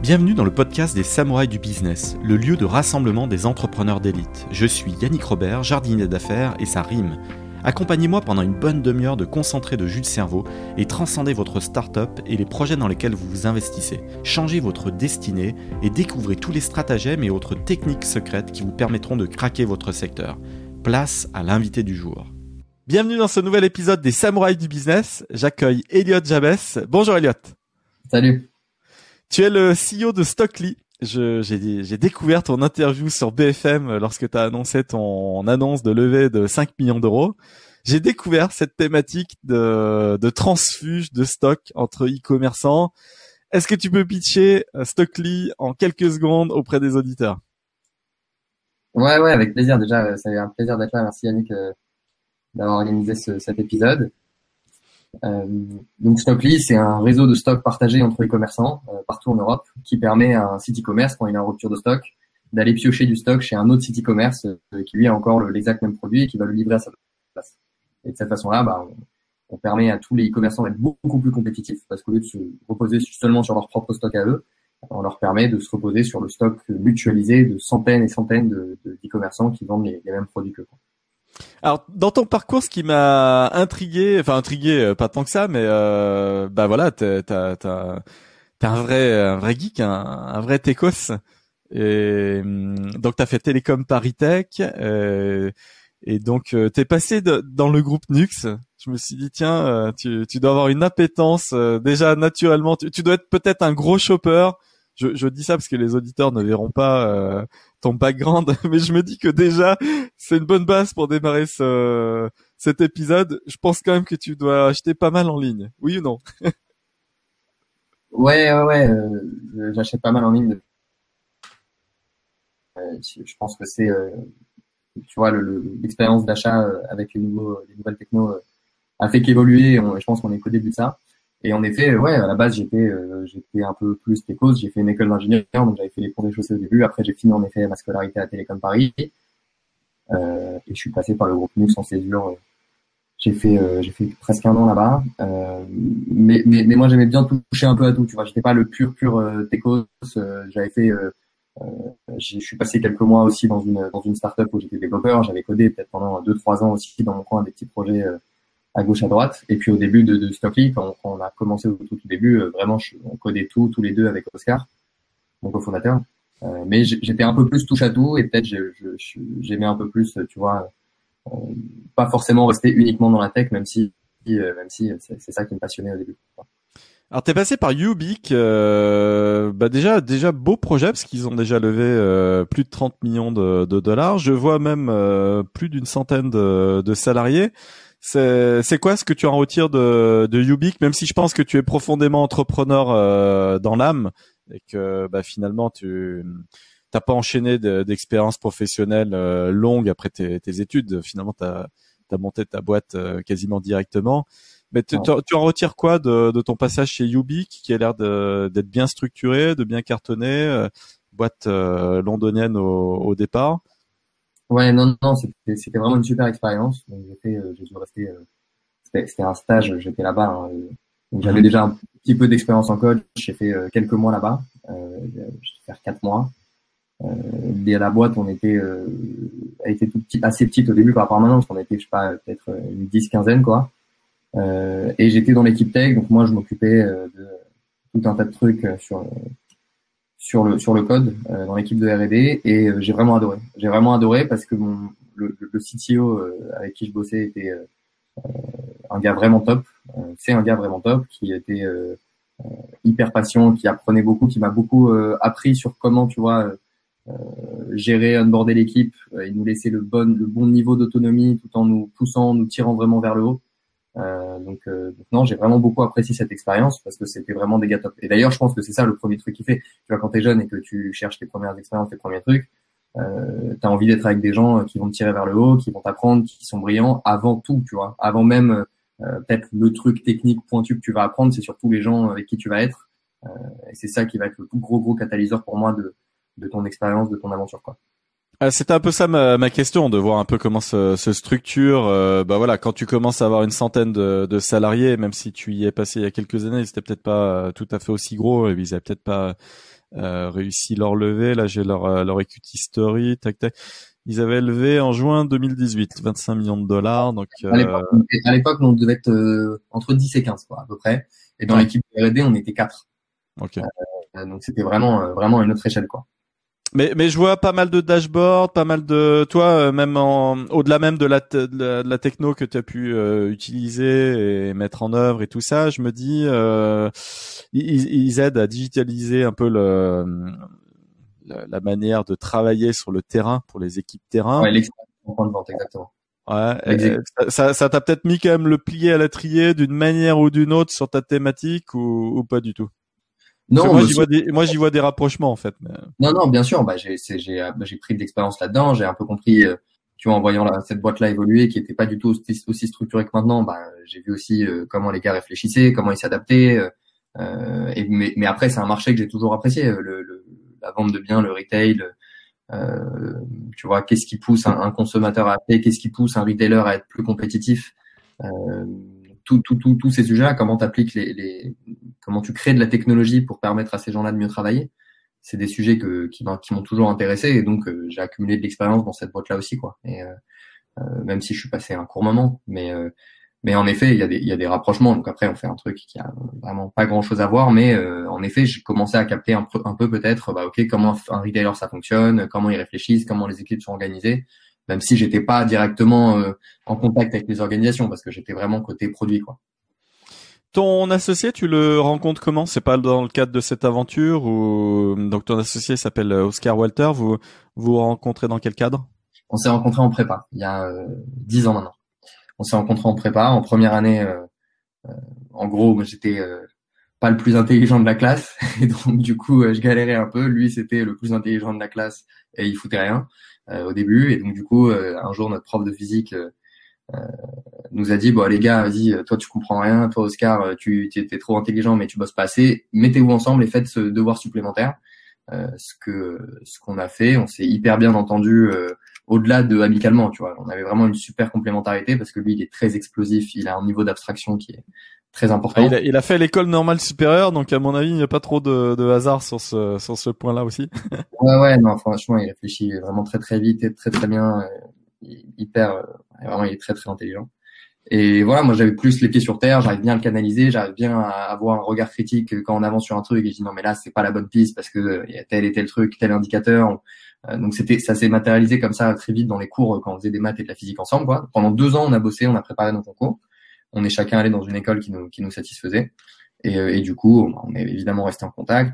Bienvenue dans le podcast des Samouraïs du Business, le lieu de rassemblement des entrepreneurs d'élite. Je suis Yannick Robert, jardinier d'affaires, et ça rime. Accompagnez-moi pendant une bonne demi-heure de concentré de jus de cerveau et transcendez votre start-up et les projets dans lesquels vous vous investissez. Changez votre destinée et découvrez tous les stratagèmes et autres techniques secrètes qui vous permettront de craquer votre secteur. Place à l'invité du jour. Bienvenue dans ce nouvel épisode des Samouraïs du Business. J'accueille Elliot Jabès. Bonjour Elliot. Salut. Tu es le CEO de Stockly. J'ai découvert ton interview sur BFM lorsque tu as annoncé ton annonce de levée de 5 millions d'euros. J'ai découvert cette thématique de transfuge de stock entre e-commerçants. Est-ce que tu peux pitcher Stockly en quelques secondes auprès des auditeurs? Ouais, avec plaisir. Déjà, ça a eu un plaisir d'être là. Merci Yannick d'avoir organisé cet épisode. Donc Stockly, c'est un réseau de stock partagé entre les commerçants partout en Europe qui permet à un site e-commerce, quand il a en rupture de stock, d'aller piocher du stock chez un autre site e-commerce qui lui a encore l'exact même produit et qui va le livrer à sa place. Et de cette façon-là, on permet à tous les e-commerçants d'être beaucoup plus compétitifs parce qu'au lieu de se reposer seulement sur leur propre stock à eux, on leur permet de se reposer sur le stock mutualisé de centaines et centaines d'e-commerçants qui vendent les mêmes produits que eux. Alors, dans ton parcours, ce qui m'a intrigué, pas tant que ça, mais voilà, t'es un vrai geek, un vrai techos. Et donc t'as fait Télécom Paris Tech, et donc t'es passé dans le groupe Nux. Je me suis dit tiens, tu dois avoir une appétence déjà naturellement. Tu dois être peut-être un gros shopper. Je dis ça parce que les auditeurs ne verront pas ton background, mais je me dis que déjà c'est une bonne base pour démarrer cet épisode. Je pense quand même que tu dois acheter pas mal en ligne, oui ou non? Ouais, j'achète pas mal en ligne. Je pense que c'est, tu vois, l'expérience d'achat avec les nouvelles techno a fait qu'évoluer. Je pense qu'on est qu'au début de ça. Et en effet, à la base, j'étais un peu plus techos. J'ai fait une école d'ingénieur, donc j'avais fait les ponts et chaussées au début. Après, j'ai fini en effet ma scolarité à Télécom Paris. Et je suis passé par le groupe Nux en césure. J'ai fait presque un an là-bas. Mais moi, j'aimais bien toucher un peu à tout. Tu vois, j'étais pas le pur techos. Je suis passé quelques mois aussi dans une startup où j'étais développeur. J'avais codé peut-être pendant 2-3 ans aussi dans mon coin des petits projets à gauche à droite. Et puis au début de Stockly, quand on a commencé au tout début, vraiment on codait tous les deux avec Oscar, mon cofondateur. Mais j'étais un peu plus touche à tout et peut-être j'aimais un peu plus, tu vois, pas forcément rester uniquement dans la tech, même si c'est ça qui me passionnait au début. Alors t'es passé par Ubique, déjà beau projet parce qu'ils ont déjà levé plus de 30 millions de dollars. Je vois même plus d'une centaine de salariés. C'est quoi ce que tu en retires de Ubique, même si je pense que tu es profondément entrepreneur dans l'âme et que finalement tu t'as pas enchaîné d'expériences professionnelles longues après tes études. Finalement t'as monté ta boîte quasiment directement. Mais tu en retires quoi de ton passage chez Ubique, qui a l'air d'être bien structuré, de bien cartonné, boîte londonienne au départ? Ouais, non, c'était vraiment une super expérience. Donc j'ai dû rester. C'était un stage, j'étais là-bas. Hein, donc j'avais déjà un petit peu d'expérience en code. J'ai fait quelques mois là-bas. J'ai fait 4 mois. Dès la boîte, elle était assez petite au début par rapport à maintenant, parce qu'on était, je sais pas, peut-être une 10-15aine, quoi. Et j'étais dans l'équipe tech, donc moi je m'occupais de tout un tas de trucs sur le code dans l'équipe de R&D, et j'ai vraiment adoré parce que le CTO avec qui je bossais était un gars vraiment top. C'est un gars vraiment top qui était hyper patient, qui apprenait beaucoup, qui m'a beaucoup appris sur comment, tu vois, gérer, onboarder l'équipe et nous laisser le bon niveau d'autonomie tout en nous poussant, nous tirant vraiment vers le haut. Donc non, j'ai vraiment beaucoup apprécié cette expérience parce que c'était vraiment des gars top. Et d'ailleurs, je pense que c'est ça le premier truc qui fait. Tu vois, quand t'es jeune et que tu cherches tes premières expériences, tes premiers trucs, t'as envie d'être avec des gens qui vont te tirer vers le haut, qui vont t'apprendre, qui sont brillants avant tout, tu vois. Avant même peut-être le truc technique pointu que tu vas apprendre, c'est surtout les gens avec qui tu vas être. Et c'est ça qui va être le plus gros catalyseur pour moi de ton expérience, de ton aventure, quoi. C'était un peu ça ma question, de voir un peu comment se structure. Quand tu commences à avoir une centaine de salariés, même si tu y es passé il y a quelques années, c'était peut-être pas tout à fait aussi gros, et ils avaient peut-être pas réussi leur levée. Là, j'ai leur equity story. Tac tac. Ils avaient levé en juin 2018 25 millions de dollars. Donc À l'époque, nous, on devait être entre 10 et 15, quoi, à peu près. Et dans ouais. l'équipe de R&D, on était 4. Ok. Donc c'était vraiment une autre échelle, quoi. Mais je vois pas mal de dashboards, pas mal de toi même au-delà même de la techno que tu as pu utiliser et mettre en œuvre et tout ça, je me dis ils aident à digitaliser un peu la manière de travailler sur le terrain pour les équipes terrain. Ouais, l'expérience en point de vente, exactement. Ouais, ça t'a peut-être mis quand même le plié à l'étrier d'une manière ou d'une autre sur ta thématique ou pas du tout. Parce que Non, moi j'y vois des rapprochements en fait. Mais... non, bien sûr. J'ai pris de l'expérience là-dedans. J'ai un peu compris, tu vois, en voyant cette boîte-là évoluer, qui était pas du tout aussi structurée que maintenant. J'ai vu aussi comment les gars réfléchissaient, comment ils s'adaptaient. Mais après, c'est un marché que j'ai toujours apprécié, la vente de biens, le retail. Tu vois, qu'est-ce qui pousse un consommateur à acheter, qu'est-ce qui pousse un retailer à être plus compétitif. Tous ces sujets-là, comment t'appliques comment tu crées de la technologie pour permettre à ces gens-là de mieux travailler. C'est des sujets qui m'ont toujours intéressé et donc j'ai accumulé de l'expérience dans cette boîte-là aussi, quoi. Et même si je suis passé un court moment, mais en effet, il y a des rapprochements. Donc après, on fait un truc qui a vraiment pas grand-chose à voir, mais en effet, j'ai commencé à capter un peu peut-être, ok, comment un retailer ça fonctionne, comment ils réfléchissent, comment les équipes sont organisées, même si j'étais pas directement en contact avec les organisations parce que j'étais vraiment côté produit, quoi. Ton associé, tu le rencontres comment? C'est pas dans le cadre de cette aventure ou donc ton associé s'appelle Oscar Walter. Vous rencontrez dans quel cadre? On s'est rencontrés en prépa il y a 10 ans maintenant. On s'est rencontrés en prépa en première année. En gros, moi, j'étais pas le plus intelligent de la classe et donc du coup je galérais un peu. Lui c'était le plus intelligent de la classe et il foutait rien au début et donc du coup un jour notre prof de physique nous a dit bon les gars vas-y toi tu comprends rien, toi Oscar tu t'es trop intelligent mais tu bosses pas assez, mettez-vous ensemble et faites ce devoir supplémentaire. Ce qu'on a fait, on s'est hyper bien entendu au-delà de amicalement, tu vois. On avait vraiment une super complémentarité parce que lui il est très explosif, il a un niveau d'abstraction qui est très important. Il a fait l'école normale supérieure, donc à mon avis, il n'y a pas trop de hasard sur ce point-là aussi. Ouais, non, franchement, il réfléchit vraiment très très vite et très très bien, vraiment, il est très très intelligent. Et voilà, moi j'avais plus les pieds sur terre, j'arrive bien à le canaliser, j'arrive bien à avoir un regard critique quand on avance sur un truc et je dis non mais là c'est pas la bonne piste parce que il y a tel et tel truc, tel indicateur. Donc ça s'est matérialisé comme ça très vite dans les cours quand on faisait des maths et de la physique ensemble, quoi. Pendant 2 ans on a bossé, on a préparé nos concours. On est chacun allé dans une école qui nous satisfaisait. Et du coup, on est évidemment resté en contact.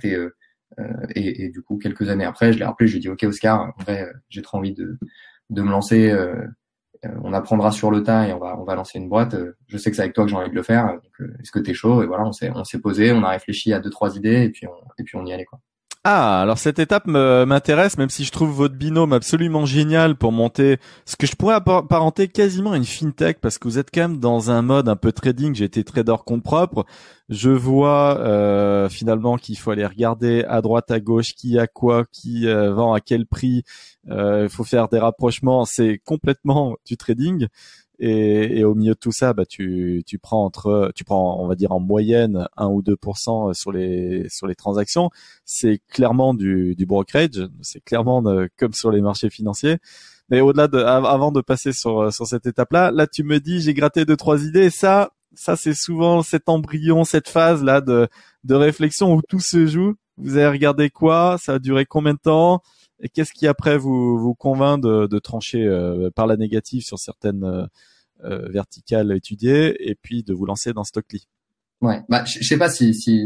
Et du coup, quelques années après, je l'ai rappelé, je lui ai dit, OK, Oscar, en vrai, j'ai trop envie de me lancer. On apprendra sur le tas et on va lancer une boîte. Je sais que c'est avec toi que j'ai envie de le faire. Donc, est-ce que t'es chaud? Et voilà, on s'est posé, on a réfléchi à 2, 3 idées et puis on y allait, quoi. Ah, alors cette étape m'intéresse, même si je trouve votre binôme absolument génial pour monter ce que je pourrais apparenter quasiment à une fintech, parce que vous êtes quand même dans un mode un peu trading. J'ai été trader compte propre. Je vois finalement qu'il faut aller regarder à droite, à gauche, qui a quoi, qui vend à quel prix. Il faut faire des rapprochements. C'est complètement du trading. Et au milieu de tout ça, bah tu prends on va dire en moyenne 1 ou 2% sur les transactions. C'est clairement du brokerage, c'est clairement comme sur les marchés financiers. Mais au-delà avant de passer sur cette étape-là, là tu me dis j'ai gratté 2 3 idées. Et ça c'est souvent cet embryon, cette phase là de réflexion où tout se joue. Vous avez regardé quoi? Ça a duré combien de temps? Et qu'est-ce qui après vous convainc de trancher par la négative sur certaines verticales étudiées et puis de vous lancer dans Stockly? Ouais, je sais pas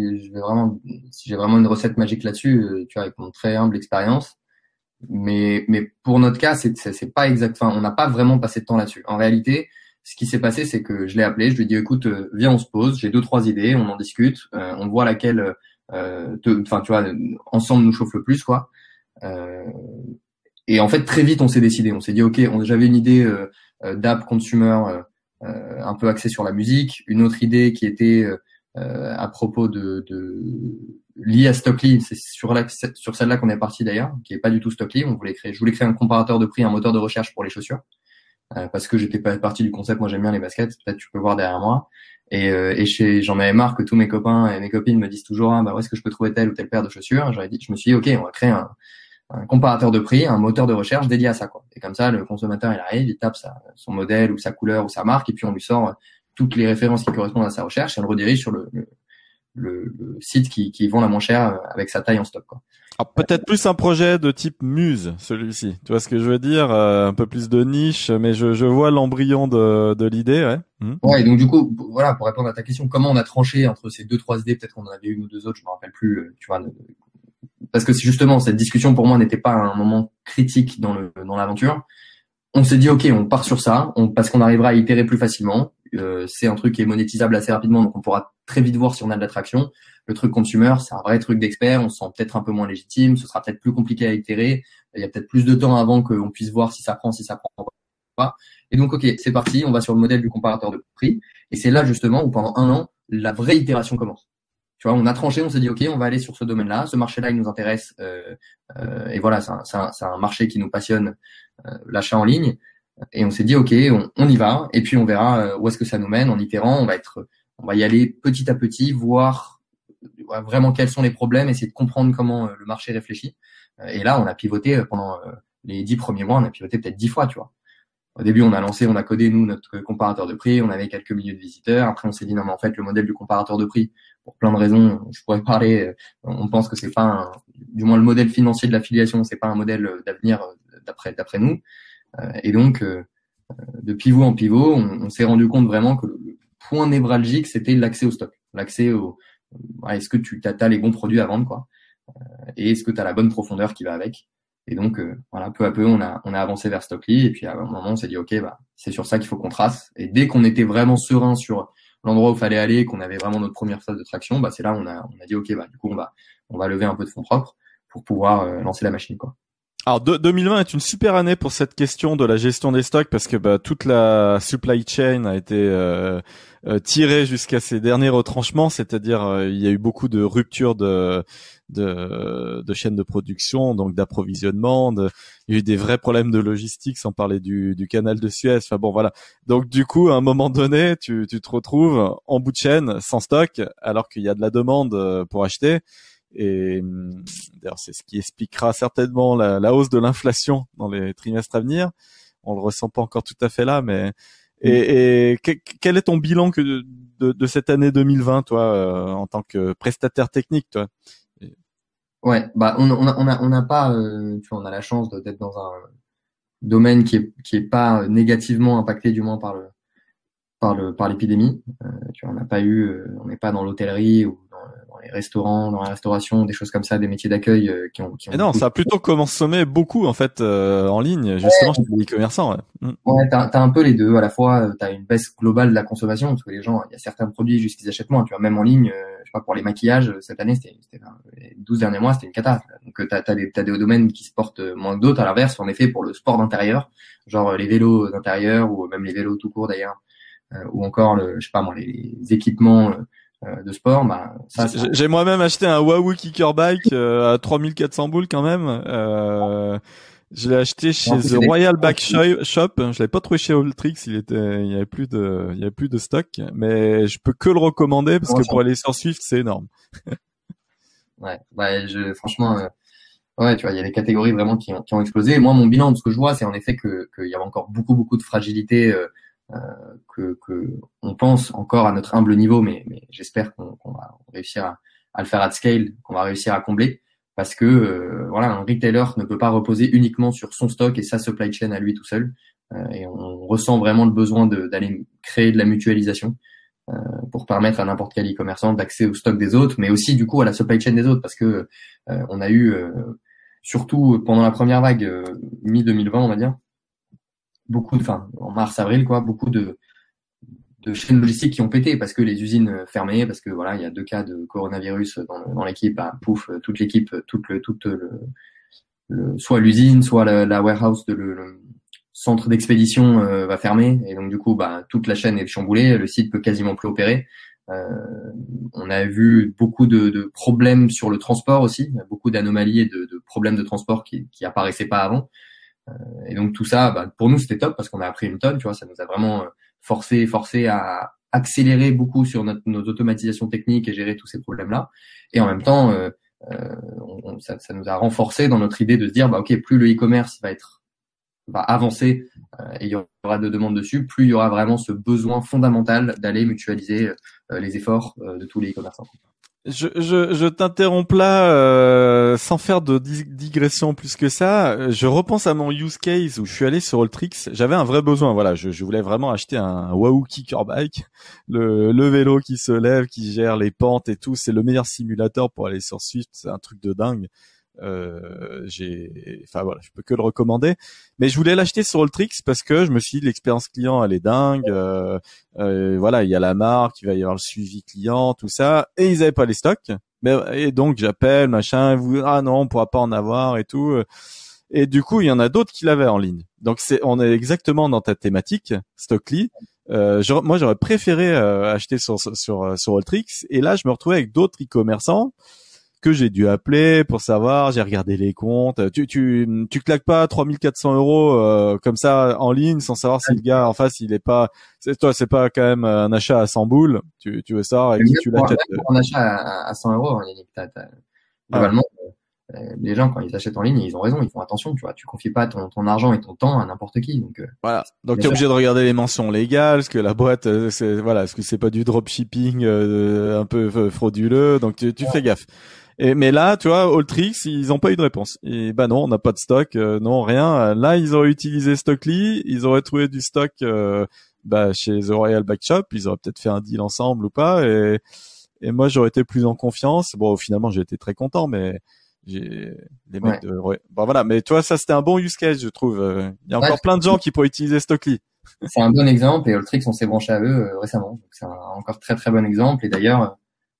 si j'ai vraiment une recette magique là-dessus, tu vois, avec mon très humble expérience. Mais pour notre cas, c'est pas exact. Enfin, on n'a pas vraiment passé de temps là-dessus. En réalité, ce qui s'est passé, c'est que je l'ai appelé, je lui ai dit, écoute, viens, on se pose, j'ai 2, 3 idées, on en discute, on voit laquelle, enfin, tu vois, ensemble nous chauffe le plus, quoi. Euh, et en fait, très vite, on s'est décidé. On s'est dit, ok, j'avais une idée d'app consumer un peu axée sur la musique, une autre idée qui était à propos liée à Stockly. C'est sur celle-là qu'on est parti d'ailleurs, qui est pas du tout Stockly. Je voulais créer un comparateur de prix, un moteur de recherche pour les chaussures. parce que j'étais pas partie du concept. Moi, j'aime bien les baskets. Peut-être tu peux voir derrière moi. J'en avais marre que tous mes copains et mes copines me disent toujours, ah, bah, où est-ce que je peux trouver telle ou telle paire de chaussures? Je me suis dit, OK, on va créer un comparateur de prix, un moteur de recherche dédié à ça, quoi. Et comme ça, le consommateur, il arrive, il tape son modèle ou sa couleur ou sa marque, et puis on lui sort toutes les références qui correspondent à sa recherche, et on le redirige sur le site qui vend la moins cher avec sa taille en stock, quoi. Alors, peut-être plus un projet de type Muse, celui-ci. Tu vois ce que je veux dire? Un peu plus de niche, mais je vois l'embryon de l'idée, ouais. Ouais, et donc du coup, voilà, pour répondre à ta question, comment on a tranché entre ces deux, trois idées, peut-être qu'on en avait une ou deux autres, je me rappelle plus, tu vois, parce que justement, cette discussion pour moi n'était pas un moment critique dans l'aventure. On s'est dit, OK, on part sur ça, parce qu'on arrivera à itérer plus facilement. C'est un truc qui est monétisable assez rapidement, donc on pourra très vite voir si on a de l'attraction. Le truc consumer, c'est un vrai truc d'expert, on se sent peut-être un peu moins légitime, ce sera peut-être plus compliqué à itérer, il y a peut-être plus de temps avant qu'on puisse voir si ça prend pas. Et donc, OK, c'est parti, on va sur le modèle du comparateur de prix. Et c'est là, justement, où pendant un an, la vraie itération commence. Tu vois, on a tranché, on s'est dit, OK, on va aller sur ce domaine-là, ce marché-là, il nous intéresse, et voilà, c'est un marché qui nous passionne, l'achat en ligne. Et on s'est dit, OK, on y va, et puis on verra où est-ce que ça nous mène en itérant. On va y aller petit à petit, voir vraiment quels sont les problèmes, essayer de comprendre comment le marché réfléchit. Et là, on a pivoté pendant les 10 premiers mois, on a pivoté peut-être 10 fois, tu vois. Au début, on a codé, nous, notre comparateur de prix, on avait quelques milliers de visiteurs. Après, on s'est dit, non, mais en fait, le modèle du comparateur de prix, pour plein de raisons, je pourrais parler, on pense que c'est pas du moins le modèle financier de l'affiliation, c'est pas un modèle d'avenir d'après nous. Et donc, de pivot en pivot, on s'est rendu compte vraiment que le point névralgique, c'était l'accès au stock. Est-ce que tu as les bons produits à vendre, quoi. Et est-ce que tu as la bonne profondeur qui va avec. Et donc, voilà, peu à peu, on a avancé vers Stockly. Et puis, à un moment, on s'est dit, OK, bah, c'est sur ça qu'il faut qu'on trace. Et dès qu'on était vraiment serein sur l'endroit où il fallait aller, qu'on avait vraiment notre première phase de traction, bah, c'est là où on a dit, OK, bah, du coup, on va lever un peu de fonds propres pour pouvoir lancer la machine, quoi. Alors 2020 est une super année pour cette question de la gestion des stocks parce que bah, toute la supply chain a été tirée jusqu'à ses derniers retranchements, c'est-à-dire il y a eu beaucoup de ruptures de chaînes de production, donc d'approvisionnement, il y a eu des vrais problèmes de logistique, sans parler du canal de Suez. Enfin bon voilà. Donc du coup à un moment donné, tu te retrouves en bout de chaîne sans stock alors qu'il y a de la demande pour acheter. Et d'ailleurs, c'est ce qui expliquera certainement la hausse de l'inflation dans les trimestres à venir. On le ressent pas encore tout à fait là, mais quel est ton bilan de cette année 2020, toi, en tant que prestataire technique, toi? Ouais, bah on n'a pas, tu vois, on a la chance d'être dans un domaine qui est pas négativement impacté, du moins par l'épidémie. Tu vois, on n'est pas dans l'hôtellerie ou dans les restaurants, dans la restauration, des choses comme ça, des métiers d'accueil qui ont Et non, beaucoup. ça a plutôt consommé beaucoup en fait en ligne, justement chez les e-commerçants. Ouais. Ouais, t'as un peu les deux. À la fois, t'as une baisse globale de la consommation parce que les gens, il y a certains produits juste qu'ils achètent moins. Tu vois, même en ligne, je sais pas, pour les maquillages, cette année, les 12 derniers mois, c'était une cata. Donc t'as des domaines qui se portent moins que d'autres. À l'inverse, en effet, pour le sport d'intérieur, genre les vélos d'intérieur ou même les vélos tout court d'ailleurs, ou encore je sais pas moi, les équipements de sport, bah ça. J'ai moi-même acheté un Wahoo Kicker Bike à 3400 boules quand même. Je l'ai acheté chez The Royal Bike Shop. Je l'avais pas trouvé chez Alltrix. Il y avait plus de stock. Mais je peux que le recommander parce que pour aller sur Swift, c'est énorme. Ouais, franchement, ouais, tu vois, il y a des catégories vraiment qui ont explosé. Et moi, mon bilan de ce que je vois, c'est en effet qu'il y avait encore beaucoup de fragilité, que on pense encore à notre humble niveau, mais j'espère qu'on va réussir à le faire at scale, qu'on va réussir à combler. Parce que voilà, un retailer ne peut pas reposer uniquement sur son stock et sa supply chain à lui tout seul. Et on ressent vraiment le besoin d'aller créer de la mutualisation pour permettre à n'importe quel e-commerçant d'accès au stock des autres, mais aussi du coup à la supply chain des autres, parce que on a eu surtout pendant la première vague mi-2020, on va dire, en mars-avril, quoi, beaucoup de chaînes logistiques qui ont pété parce que les usines fermaient, parce que voilà, il y a 2 cas de coronavirus dans l'équipe, bah, pouf, toute l'équipe, soit l'usine, soit la warehouse le centre d'expédition va fermer, et donc du coup, bah, toute la chaîne est chamboulée, le site peut quasiment plus opérer. On a vu beaucoup de problèmes sur le transport aussi, beaucoup d'anomalies et de problèmes de transport qui apparaissaient pas avant. Et donc tout ça, pour nous c'était top parce qu'on a appris une tonne, tu vois, ça nous a vraiment forcé à accélérer beaucoup sur nos automatisations techniques et gérer tous ces problèmes-là. Et en même temps, ça nous a renforcé dans notre idée de se dire, ok, plus le e-commerce va avancer et il y aura de demandes dessus, plus il y aura vraiment ce besoin fondamental d'aller mutualiser les efforts de tous les e-commerçants. Je t'interromps là sans faire de digression plus que ça. Je repense à mon use case où je suis allé sur Ultrix. J'avais un vrai besoin. Voilà, je voulais vraiment acheter un Wahoo Kicker Bike, le vélo qui se lève, qui gère les pentes et tout. C'est le meilleur simulateur pour aller sur Swift. C'est un truc de dingue. Enfin voilà, je peux que le recommander. Mais je voulais l'acheter sur Ultrix parce que je me suis dit l'expérience client elle est dingue. Voilà, il y a la marque, il va y avoir le suivi client, tout ça, et ils avaient pas les stocks. Et donc j'appelle machin, ah non, on pourra pas en avoir et tout. Et du coup il y en a d'autres qui l'avaient en ligne. Donc on est exactement dans ta thématique, Stockly. Moi j'aurais préféré acheter sur Ultrix. Et là je me retrouvais avec d'autres e-commerçants que j'ai dû appeler pour savoir, j'ai regardé les comptes. Tu claques pas 3400 € comme ça en ligne sans savoir si le gars en face il est pas, c'est pas quand même un achat à 100 boules. Tu veux savoir avec qui tu l'achètes. Un achat à 100 €, Yannick, globalement, les gens quand ils achètent en ligne, ils ont raison, ils font attention, tu vois. Tu confies pas ton argent et ton temps à n'importe qui, donc. Voilà. Donc t'es obligé de regarder les mentions légales, ce que la boîte, est-ce que c'est pas du dropshipping un peu frauduleux. Donc tu fais gaffe. Mais là, tu vois, Ultrix, ils ont pas eu de réponse. Et non, on n'a pas de stock, non, rien. Là, ils auraient utilisé Stockly, ils auraient trouvé du stock chez The Royal Bike Shop, ils auraient peut-être fait un deal ensemble ou pas. Et moi, j'aurais été plus en confiance. Bon, finalement, j'ai été très content, mais les mecs voilà. Mais tu vois, ça c'était un bon use case, je trouve. Il y a encore plein de gens qui pourraient utiliser Stockly. C'est un bon exemple. Et Ultrix, on s'est branché à eux récemment. Donc c'est encore très très bon exemple. Et d'ailleurs.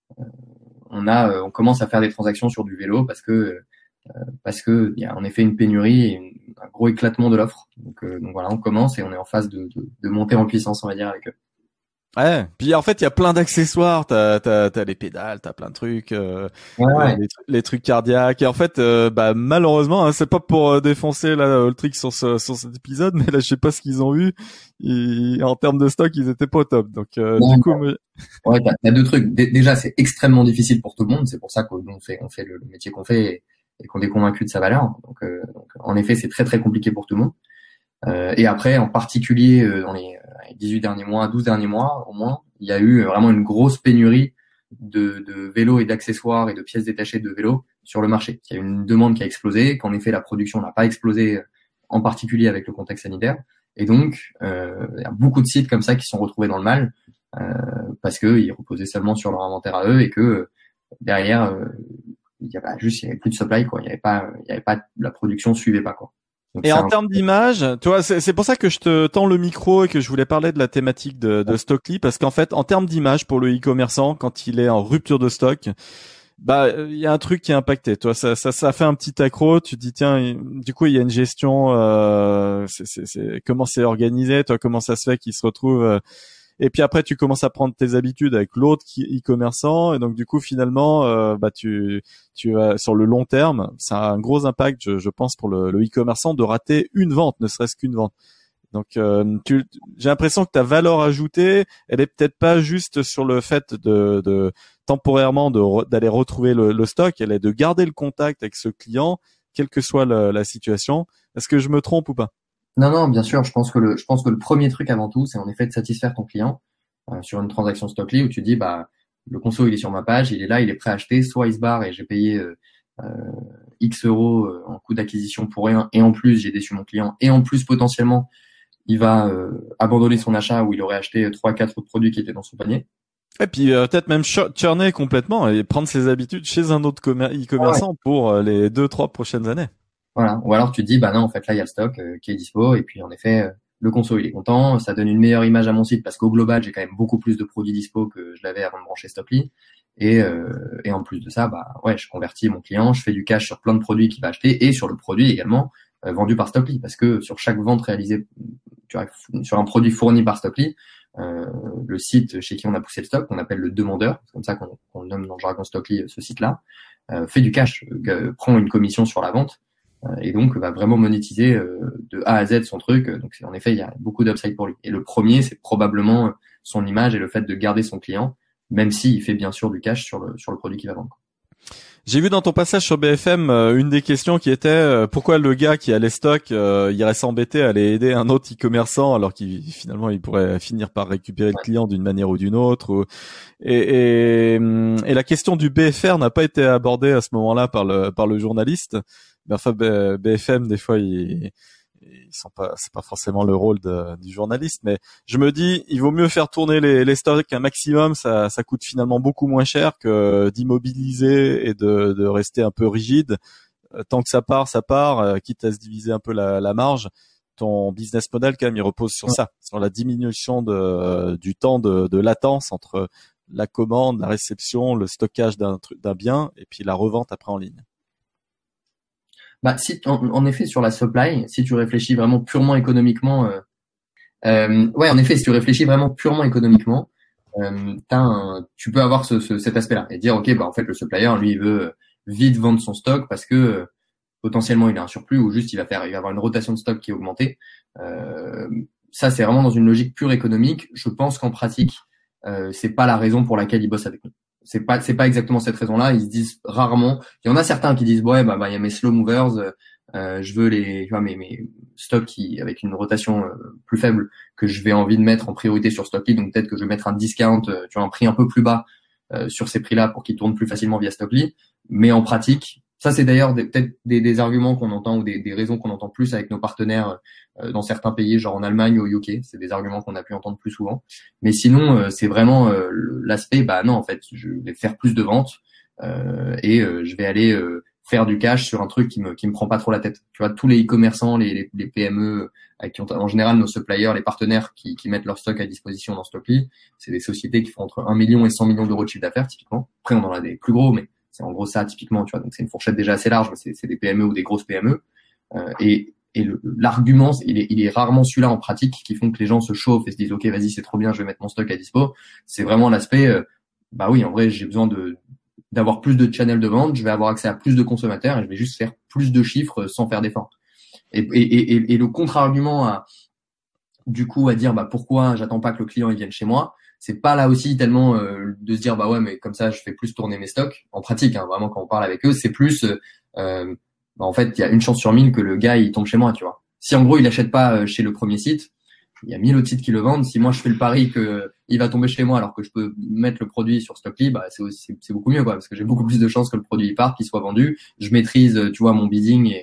On commence à faire des transactions sur du vélo parce que il y a en effet une pénurie et un gros éclatement de l'offre. Donc voilà, on commence et on est en phase de monter en puissance, on va dire, avec eux. Ouais. Puis en fait, il y a plein d'accessoires. T'as les pédales, t'as plein de trucs, les trucs cardiaques. Et en fait, malheureusement, hein, c'est pas pour défoncer la Ultrix sur cet épisode, mais là, je sais pas ce qu'ils ont eu. En termes de stock, ils étaient pas au top. Donc du coup, ouais, t'as deux trucs. Déjà, c'est extrêmement difficile pour tout le monde. C'est pour ça qu'on fait le métier qu'on fait et qu'on est convaincu de sa valeur. Donc en effet, c'est très très compliqué pour tout le monde. Et après, en particulier dans les 18 derniers mois, 12 derniers mois au moins, il y a eu vraiment une grosse pénurie de vélos et d'accessoires et de pièces détachées de vélos sur le marché. Il y a eu une demande qui a explosé, qu'en effet la production n'a pas explosé, en particulier avec le contexte sanitaire. Et donc, il y a beaucoup de sites comme ça qui sont retrouvés dans le mal parce que ils reposaient seulement sur leur inventaire à eux et que derrière, il y avait plus de supply, quoi. Il y avait pas la production suivait pas, quoi. Donc, et en termes d'image, tu vois, c'est pour ça que je te tends le micro et que je voulais parler de la thématique de Stockly, parce qu'en fait, en termes d'image pour le e-commerçant, quand il est en rupture de stock, il y a un truc qui est impacté. Toi, ça fait un petit accro. Tu te dis tiens, du coup, il y a une gestion. Comment c'est organisé, toi, comment ça se fait qu'il se retrouve. Et puis après, tu commences à prendre tes habitudes avec l'autre e-commerçant, et donc du coup, finalement, tu vas sur le long terme, ça a un gros impact, je pense, pour le e-commerçant de rater une vente, ne serait-ce qu'une vente. Donc, j'ai l'impression que ta valeur ajoutée, elle est peut-être pas juste sur le fait de temporairement d'aller retrouver le stock, elle est de garder le contact avec ce client, quelle que soit la situation. Est-ce que je me trompe ou pas? Non, bien sûr. Je pense que le premier truc avant tout, c'est en effet de satisfaire ton client sur une transaction Stockly où tu dis le conso il est sur ma page, il est là, il est prêt à acheter, soit il se barre et j'ai payé X euros en coût d'acquisition pour rien et en plus j'ai déçu mon client et en plus potentiellement il va abandonner son achat où il aurait acheté 3-4 autres produits qui étaient dans son panier. Et puis peut-être même churner complètement et prendre ses habitudes chez un autre e-commerçant pour les 2-3 prochaines années. Voilà. Ou alors tu te dis non, en fait là il y a le stock qui est dispo et puis en effet le conso il est content, ça donne une meilleure image à mon site parce qu'au global j'ai quand même beaucoup plus de produits dispo que je l'avais avant de brancher Stockly et en plus de ça je convertis mon client, je fais du cash sur plein de produits qu'il va acheter et sur le produit également vendu par Stockly parce que sur chaque vente réalisée sur un produit fourni par Stockly, le site chez qui on a poussé le stock, qu'on appelle le demandeur, c'est comme ça qu'on nomme dans le jargon Stockly ce site-là, fait du cash, prend une commission sur la vente. et donc va vraiment monétiser de A à Z son truc. Donc en effet, il y a beaucoup d'upside pour lui. Et le premier, c'est probablement son image et le fait de garder son client, même s'il fait bien sûr du cash sur le produit qu'il va vendre. J'ai vu dans ton passage sur BFM une des questions qui était pourquoi le gars qui a les stocks il irait s'embêter à aller aider un autre e-commerçant alors qu'il finalement il pourrait finir par récupérer le client d'une manière ou d'une autre. Et la question du BFR n'a pas été abordée à ce moment-là par le journaliste. Mais enfin BFM des fois ils sont pas, c'est pas forcément le rôle du journaliste, mais je me dis, il vaut mieux faire tourner les stocks un maximum, ça coûte finalement beaucoup moins cher que d'immobiliser et de rester un peu rigide. Tant que ça part, quitte à se diviser un peu la marge. Ton business model, quand même, il repose sur ça, sur la diminution du temps de latence entre la commande, la réception, le stockage d'un bien et puis la revente après en ligne. Bah, si en effet sur la supply, si tu réfléchis vraiment purement économiquement, ouais, en effet, si tu réfléchis vraiment purement économiquement, tu peux avoir cet aspect-là et dire ok, bah en fait le supplier lui il veut vite vendre son stock parce que potentiellement il a un surplus ou juste il va avoir une rotation de stock qui est augmentée. Euh, Ça c'est vraiment dans une logique pure économique. Je pense qu'en pratique, c'est pas la raison pour laquelle il bosse avec nous. C'est pas exactement cette raison-là. Ils se disent rarement. Il y en a certains qui disent ouais bah il y a mes slow movers, je veux tu vois mes stocks avec une rotation plus faible que je vais envie de mettre en priorité sur Stockly, donc peut-être que je vais mettre un discount, tu vois un prix un peu plus bas sur ces prix-là pour qu'ils tournent plus facilement via Stockly. Mais en pratique, ça c'est d'ailleurs peut-être des arguments qu'on entend ou des raisons qu'on entend plus avec nos partenaires dans certains pays, genre en Allemagne ou au UK. C'est des arguments qu'on a pu entendre plus souvent. Mais sinon, c'est vraiment l'aspect, bah non, en fait, je vais faire plus de ventes et je vais aller faire du cash sur un truc qui me prend pas trop la tête. Tu vois, tous les e-commerçants, les PME avec qui en général nos suppliers, les partenaires qui mettent leur stock à disposition dans Stockly, c'est des sociétés qui font entre 1 million et 100 millions d'euros de chiffre d'affaires typiquement. Après, on en a des plus gros, mais c'est en gros ça typiquement, tu vois. Donc c'est une fourchette déjà assez large, mais c'est des PME ou des grosses PME. Et l'argument, il est rarement celui-là en pratique qui font que les gens se chauffent et se disent ok vas-y c'est trop bien, je vais mettre mon stock à dispo. C'est vraiment l'aspect bah oui en vrai j'ai besoin d'avoir plus de channels de vente, je vais avoir accès à plus de consommateurs et je vais juste faire plus de chiffres sans faire d'efforts. Et le contre-argument du coup à dire bah pourquoi j'attends pas que le client il vienne chez moi, c'est pas là aussi tellement de se dire bah ouais mais comme ça je fais plus tourner mes stocks en pratique hein, vraiment quand on parle avec eux c'est plus bah, en fait il y a une chance sur 1000 que le gars il tombe chez moi tu vois. Si en gros il achète pas chez le premier site, il y a 1000 autres sites qui le vendent. Si moi je fais le pari que il va tomber chez moi alors que je peux mettre le produit sur Stockly, bah c'est beaucoup mieux quoi parce que j'ai beaucoup plus de chances que le produit parte, qu'il soit vendu. Je maîtrise tu vois mon bidding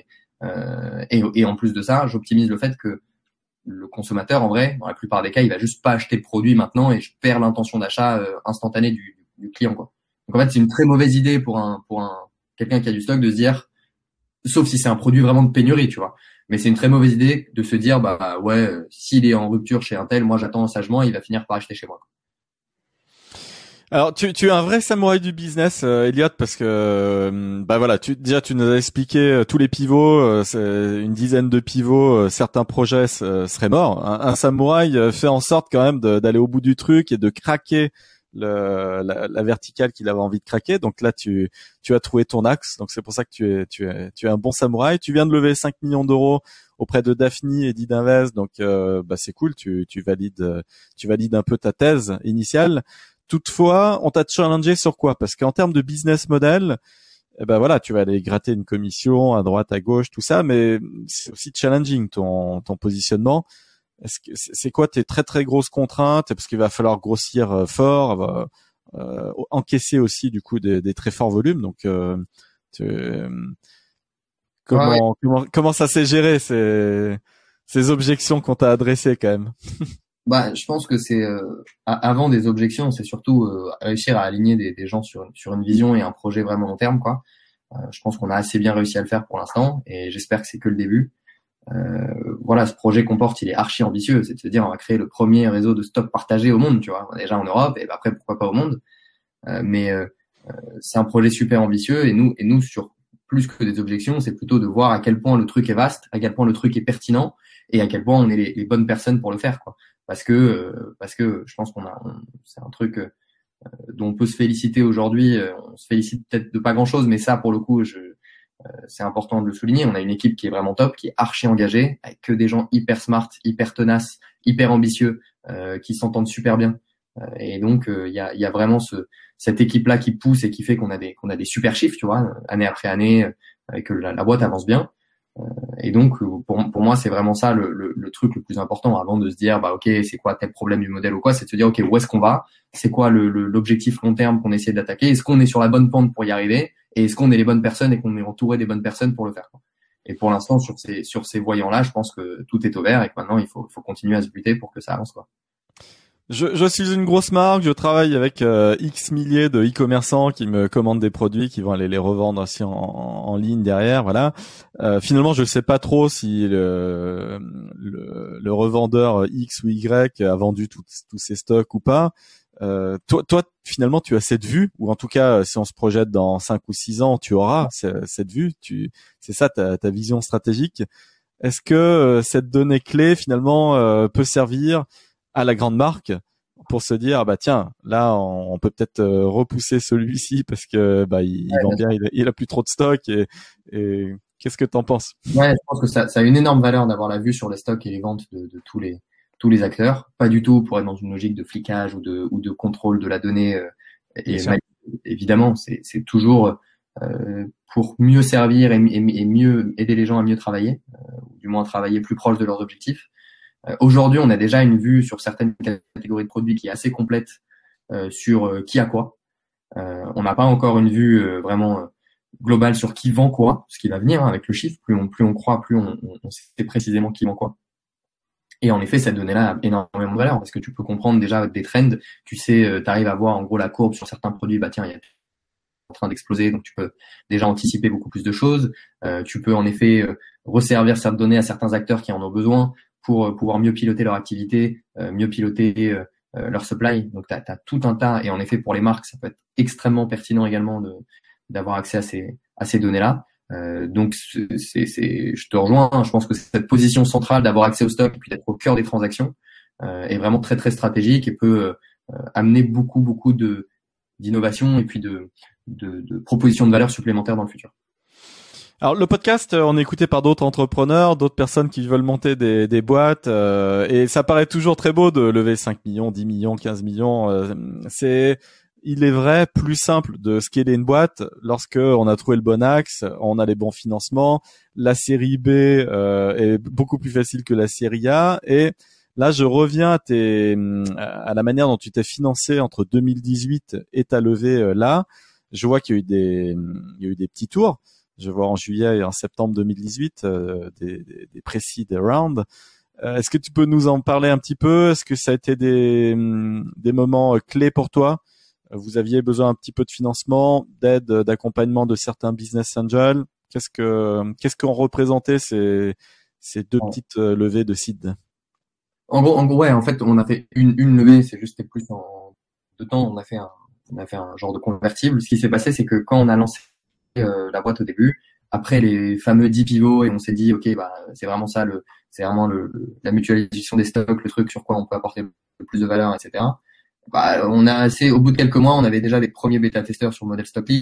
et en plus de ça j'optimise le fait que le consommateur, en vrai, dans la plupart des cas, il va juste pas acheter le produit maintenant et je perds l'intention d'achat instantanée du client, quoi. Donc en fait, c'est une très mauvaise idée pour quelqu'un qui a du stock de se dire, sauf si c'est un produit vraiment de pénurie, tu vois. Mais c'est une très mauvaise idée de se dire, bah ouais, s'il est en rupture chez un tel, moi j'attends sagement, il va finir par acheter chez moi, quoi. Alors tu es un vrai samouraï du business, Elliot, parce que bah voilà, tu nous as expliqué tous les pivots, c'est une dizaine de pivots, certains projets seraient morts. Un samouraï fait en sorte quand même d'aller au bout du truc et de craquer la verticale qu'il avait envie de craquer. Donc là tu as trouvé ton axe. Donc c'est pour ça que tu es un bon samouraï. Tu viens de lever 5 millions d'euros auprès de Daphne et d'Idinvest. Donc bah c'est cool, tu valides un peu ta thèse initiale. Toutefois, on t'a challengé sur quoi? Parce qu'en termes de business model, eh ben voilà, tu vas aller gratter une commission à droite, à gauche, tout ça, mais c'est aussi challenging ton positionnement. Est-ce que c'est quoi tes très très grosses contraintes? Parce qu'il va falloir grossir fort, encaisser aussi du coup des très forts volumes. Donc, Ouais, comment ça s'est géré ces objections qu'on t'a adressées quand même? bah, je pense que c'est avant des objections, c'est surtout réussir à aligner des gens sur une vision et un projet vraiment long terme, quoi. Je pense qu'on a assez bien réussi à le faire pour l'instant et j'espère que c'est que le début. Voilà, ce projet qu'on porte, il est archi ambitieux. C'est de se dire, on va créer le premier réseau de stock partagé au monde, tu vois. Déjà en Europe et après pourquoi pas au monde. Mais c'est un projet super ambitieux et nous sur plus que des objections, c'est plutôt de voir à quel point le truc est vaste, à quel point le truc est pertinent et à quel point on est les bonnes personnes pour le faire, quoi. Parce que je pense c'est un truc dont on peut se féliciter aujourd'hui. On se félicite peut-être de pas grand-chose, mais ça, pour le coup, c'est important de le souligner. On a une équipe qui est vraiment top, qui est archi engagée, avec que des gens hyper smart, hyper tenaces, hyper ambitieux, qui s'entendent super bien. Et donc il y a vraiment cette équipe-là qui pousse et qui fait qu'on a des super chiffres, tu vois, année après année, et que la boîte avance bien. Et donc pour moi c'est vraiment ça le truc le plus important avant de se dire bah ok c'est quoi tel problème du modèle ou quoi, c'est de se dire ok où est-ce qu'on va, c'est quoi l'objectif long terme qu'on essaie d'attaquer, est-ce qu'on est sur la bonne pente pour y arriver et est-ce qu'on est les bonnes personnes et qu'on est entouré des bonnes personnes pour le faire. Et pour l'instant sur ces voyants-là, je pense que tout est au vert et que maintenant il faut continuer à se buter pour que ça avance quoi. Je suis une grosse marque, je travaille avec X milliers de e-commerçants qui me commandent des produits qui vont aller les revendre aussi en ligne derrière, voilà. Finalement, je ne sais pas trop si le revendeur X ou Y a vendu tous ses stocks ou pas. Toi, finalement, tu as cette vue, ou en tout cas, si on se projette dans 5 ou 6 ans, tu auras cette vue. C'est ça ta vision stratégique. Est-ce que cette donnée clé, finalement, peut servir à la grande marque pour se dire bah tiens là on peut peut-être repousser celui-ci parce que bah il vend bien, il a plus trop de stock et qu'est-ce que t'en penses? Ouais, je pense que ça a une énorme valeur d'avoir la vue sur les stocks et les ventes de tous les acteurs, pas du tout pour être dans une logique de flicage ou de contrôle de la donnée et évidemment c'est toujours pour mieux servir et mieux aider les gens à mieux travailler ou du moins travailler plus proche de leurs objectifs. Aujourd'hui, on a déjà une vue sur certaines catégories de produits qui est assez complète sur qui a quoi. On n'a pas encore une vue vraiment globale sur qui vend quoi, ce qui va venir avec le chiffre. Plus on croit, plus on sait précisément qui vend quoi. Et en effet, cette donnée-là a énormément de valeur parce que tu peux comprendre déjà des trends. Tu sais, tu arrives à voir en gros la courbe sur certains produits. Bah tiens, il y a en train d'exploser, donc tu peux déjà anticiper beaucoup plus de choses. Tu peux en effet resservir cette donnée à certains acteurs qui en ont besoin pour pouvoir mieux piloter leur activité, mieux piloter leur supply. Donc, tu as tout un tas. Et en effet, pour les marques, ça peut être extrêmement pertinent également d'avoir accès à ces données-là. Donc, je te rejoins. Hein, je pense que cette position centrale d'avoir accès au stock et puis d'être au cœur des transactions est vraiment très, très stratégique et peut amener beaucoup d'innovation et puis de propositions de valeur supplémentaires dans le futur. Alors le podcast, on est écouté par d'autres entrepreneurs, d'autres personnes qui veulent monter des boîtes, et ça paraît toujours très beau de lever 5 millions, 10 millions, 15 millions. Il est vrai, plus simple de scaler une boîte lorsque on a trouvé le bon axe, on a les bons financements. La série B est beaucoup plus facile que la série A. Et là, je reviens à la manière dont tu t'es financé entre 2018 et ta levée là. Je vois qu'il y a eu des petits tours. Je vois en juillet et en septembre 2018 des pre-seed rounds. Est-ce que tu peux nous en parler un petit peu? Est-ce que ça a été des moments clés pour toi? Vous aviez besoin un petit peu de financement, d'aide, d'accompagnement de certains business angels. Qu'est-ce qu'ont représenté ces deux petites levées de seed? En gros, ouais, en fait, on a fait une levée, c'était plus en 2 temps. On a fait un genre de convertible. Ce qui s'est passé, c'est que quand on a lancé la boîte au début, après les fameux 10 pivots, et on s'est dit ok bah c'est vraiment ça la mutualisation des stocks, le truc sur quoi on peut apporter le plus de valeur, etc. Bah au bout de quelques mois, on avait déjà des premiers bêta testeurs sur le modèle Stockly.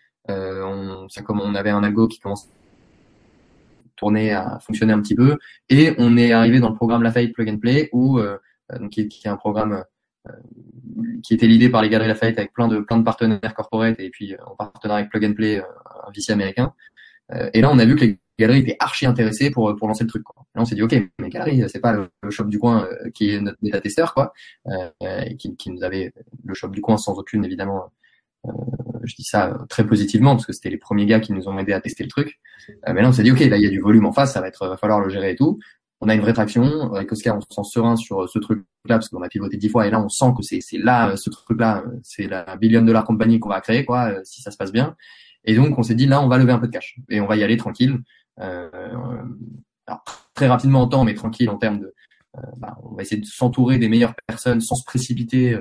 Comme on avait un algo qui commence à tourner, à fonctionner un petit peu, et on est arrivé dans le programme Lafayette Plug and Play où donc qui est un programme qui était l'idée par les Galeries Lafayette avec plein de partenaires corporate et puis en partenariat avec Plug and Play, un VC américain. Et là, on a vu que les galeries étaient archi intéressées pour lancer le truc, quoi. Là, on s'est dit, ok, mais galeries, c'est pas le shop du coin qui est notre bêta testeur, quoi, qui nous avait le shop du coin sans aucune, évidemment, je dis ça très positivement parce que c'était les premiers gars qui nous ont aidé à tester le truc. Mais là, on s'est dit, ok, là, il y a du volume en face, va falloir le gérer et tout. On a une vraie traction. Avec Oscar, on se sent serein sur ce truc-là parce qu'on a pivoté 10 fois et là, on sent que c'est là, ce truc-là, c'est la billion-dollar compagnie qu'on va créer, quoi, si ça se passe bien. Et donc, on s'est dit, là, on va lever un peu de cash et on va y aller tranquille. Alors, très rapidement en temps, mais tranquille en termes de, on va essayer de s'entourer des meilleures personnes sans se précipiter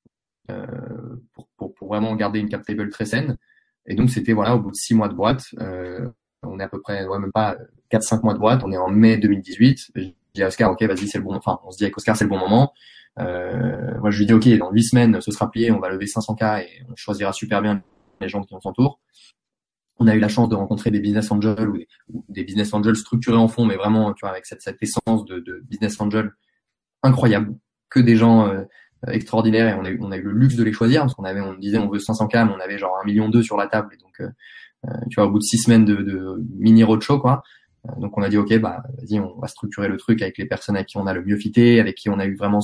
pour vraiment garder une cap table très saine. Et donc, c'était, voilà, au bout de 6 mois de boîte, on est à peu près, même pas 4-5 mois de boîte, on est en mai 2018. Je dis à Oscar, ok, vas-y, on se dit avec Oscar, c'est le bon moment. Moi, je lui dis, ok, dans 8 semaines, ce sera plié, on va lever 500K et on choisira super bien les gens qui nous entourent. On a eu la chance de rencontrer des business angels ou des business angels structurés en fonds, mais vraiment, tu vois, avec cette essence de business angel incroyable, que des gens extraordinaires, et on a eu le luxe de les choisir parce on disait on veut 500K, mais on avait genre 1,2 million sur la table, et donc tu vois, au bout de 6 semaines de mini roadshow, quoi. Donc on a dit ok, bah vas-y, on va structurer le truc avec les personnes avec qui on a le mieux fité, avec qui on a eu vraiment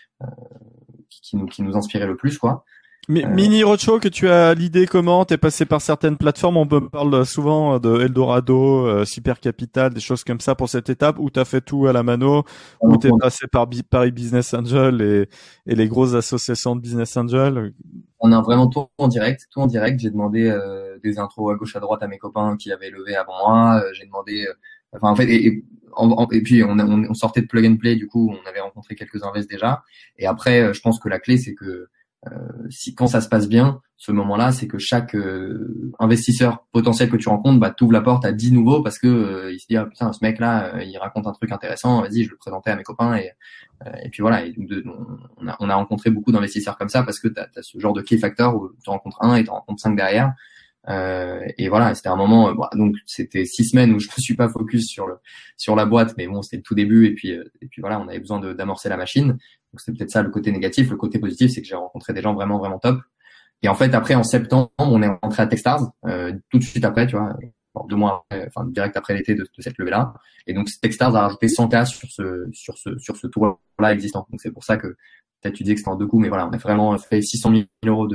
qui nous inspirait le plus, quoi. Mini Roadshow, que tu as l'idée comment? T'es passé par certaines plateformes, on me parle souvent de Eldorado, Super Capital, des choses comme ça pour cette étape, où t'as fait tout à la mano, où t'es passé par Paris Business Angel et les grosses associations de Business Angel. On a vraiment tout en direct, tout en direct. J'ai demandé des intros à gauche à droite à mes copains qui avaient levé avant moi. J'ai demandé, enfin en fait, et puis on sortait de plug and play, du coup on avait rencontré quelques invests déjà. Et après, je pense que la clé c'est que si quand ça se passe bien, ce moment-là, c'est que chaque investisseur potentiel que tu rencontres, bah t'ouvres la porte à 10 nouveaux parce que il se dit ah putain, ce mec-là, il raconte un truc intéressant, vas-y, je le présentais à mes copains, et puis voilà. Et on a rencontré beaucoup d'investisseurs comme ça parce que t'as ce genre de key factor où tu rencontres un et tu rencontres 5 derrière. Et voilà, c'était un moment, donc c'était 6 semaines où je me suis pas focus sur la boîte, mais bon, c'était le tout début, et puis voilà, on avait besoin d'amorcer la machine. Donc c'est peut-être ça le côté négatif. Le côté positif, c'est que j'ai rencontré des gens vraiment vraiment top. Et en fait, après, en septembre, on est rentré à Techstars, tout de suite après, tu vois, 2 mois après, enfin direct après l'été de cette levée-là. Et donc Techstars a rajouté 100K sur ce tour-là existant. Donc c'est pour ça que peut-être tu disais que c'était en 2 coups, mais voilà, on a vraiment fait 600 000 euros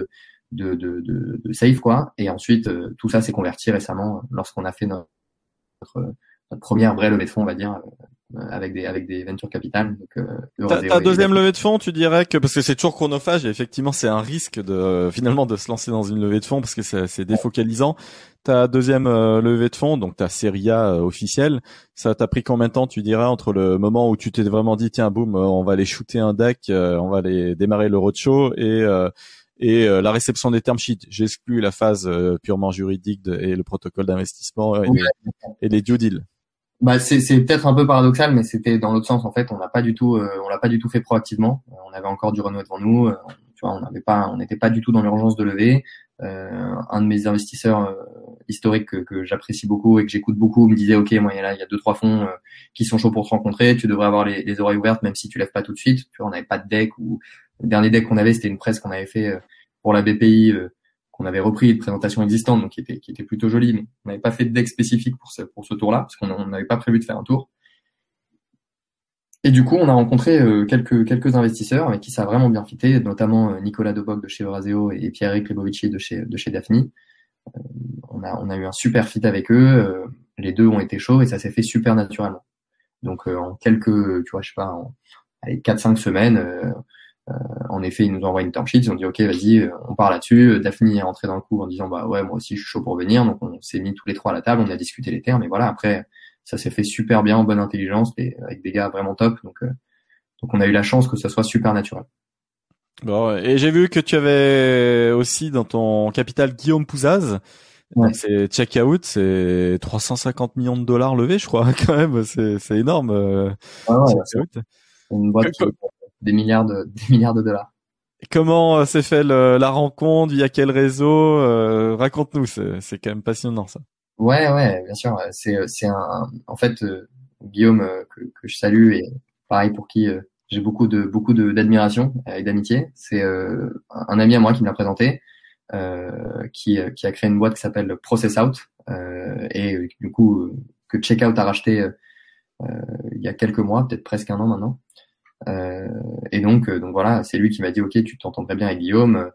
de save, quoi. Et ensuite, tout ça s'est converti récemment lorsqu'on a fait notre première vraie levée de fonds, on va dire, avec des venture capital. Donc, Ta deuxième levée de fonds, tu dirais que, parce que c'est toujours chronophage et effectivement c'est un risque finalement de se lancer dans une levée de fonds parce que c'est défocalisant. Ta deuxième levée de fonds, donc ta série A officielle, ça t'a pris combien de temps, tu dirais, entre le moment où tu t'es vraiment dit tiens boum, on va aller shooter un deck, on va aller démarrer le roadshow et la réception des term sheets. J'exclus la phase purement juridique et le protocole d'investissement et les due deals. Bah c'est peut-être un peu paradoxal, mais c'était dans l'autre sens en fait. On l'a pas du tout fait proactivement. On avait encore du runway devant nous. Tu vois, on n'était pas du tout dans l'urgence de lever. Un de mes investisseurs historiques que j'apprécie beaucoup et que j'écoute beaucoup me disait ok, moi il y a 2-3 fonds qui sont chauds pour se rencontrer. Tu devrais avoir les oreilles ouvertes même si tu lèves pas tout de suite. Tu vois, on n'avait pas de deck, ou le dernier deck qu'on avait c'était une presse qu'on avait fait pour la BPI. Qu'on avait repris de présentations existantes, donc qui était plutôt jolie, mais on n'avait pas fait de deck spécifique pour ce tour-là, parce qu'on n'avait pas prévu de faire un tour. Et du coup, on a rencontré quelques investisseurs avec qui ça a vraiment bien fité, notamment Nicolas Dobok de chez Euraseo et Pierre-Eric Lebovici de chez Daphne. On a eu un super fit avec eux, les deux ont été chauds et ça s'est fait super naturellement. Donc en quelques, tu vois, je sais pas, 4-5 semaines, en effet, ils nous ont envoyé une term sheet, ils ont dit ok, vas-y, on part là-dessus. Daphne est rentrée dans le coup en disant bah ouais, moi aussi je suis chaud pour venir. Donc on s'est mis tous les trois à la table, on a discuté les termes, et voilà, après ça s'est fait super bien en bonne intelligence et avec des gars vraiment top. Donc on a eu la chance que ça soit super naturel. Bon, et j'ai vu que tu avais aussi dans ton capital Guillaume Pouzaz. Ouais. Donc c'est Checkout, c'est 350 millions de dollars levés, je crois, quand même, c'est énorme. Ouais, c'est une boîte qui des milliards de dollars. Comment s'est fait la rencontre, via quel réseau? Raconte-nous, c'est quand même passionnant ça. Ouais, bien sûr. En fait, Guillaume que je salue, et pareil pour qui j'ai beaucoup d'admiration et d'amitié. C'est un ami à moi qui me l'a présenté, qui a créé une boîte qui s'appelle Process Out, et du coup que Checkout a racheté il y a quelques mois, peut-être presque 1 an maintenant. Et donc voilà, c'est lui qui m'a dit ok, tu t'entendrais bien avec Guillaume,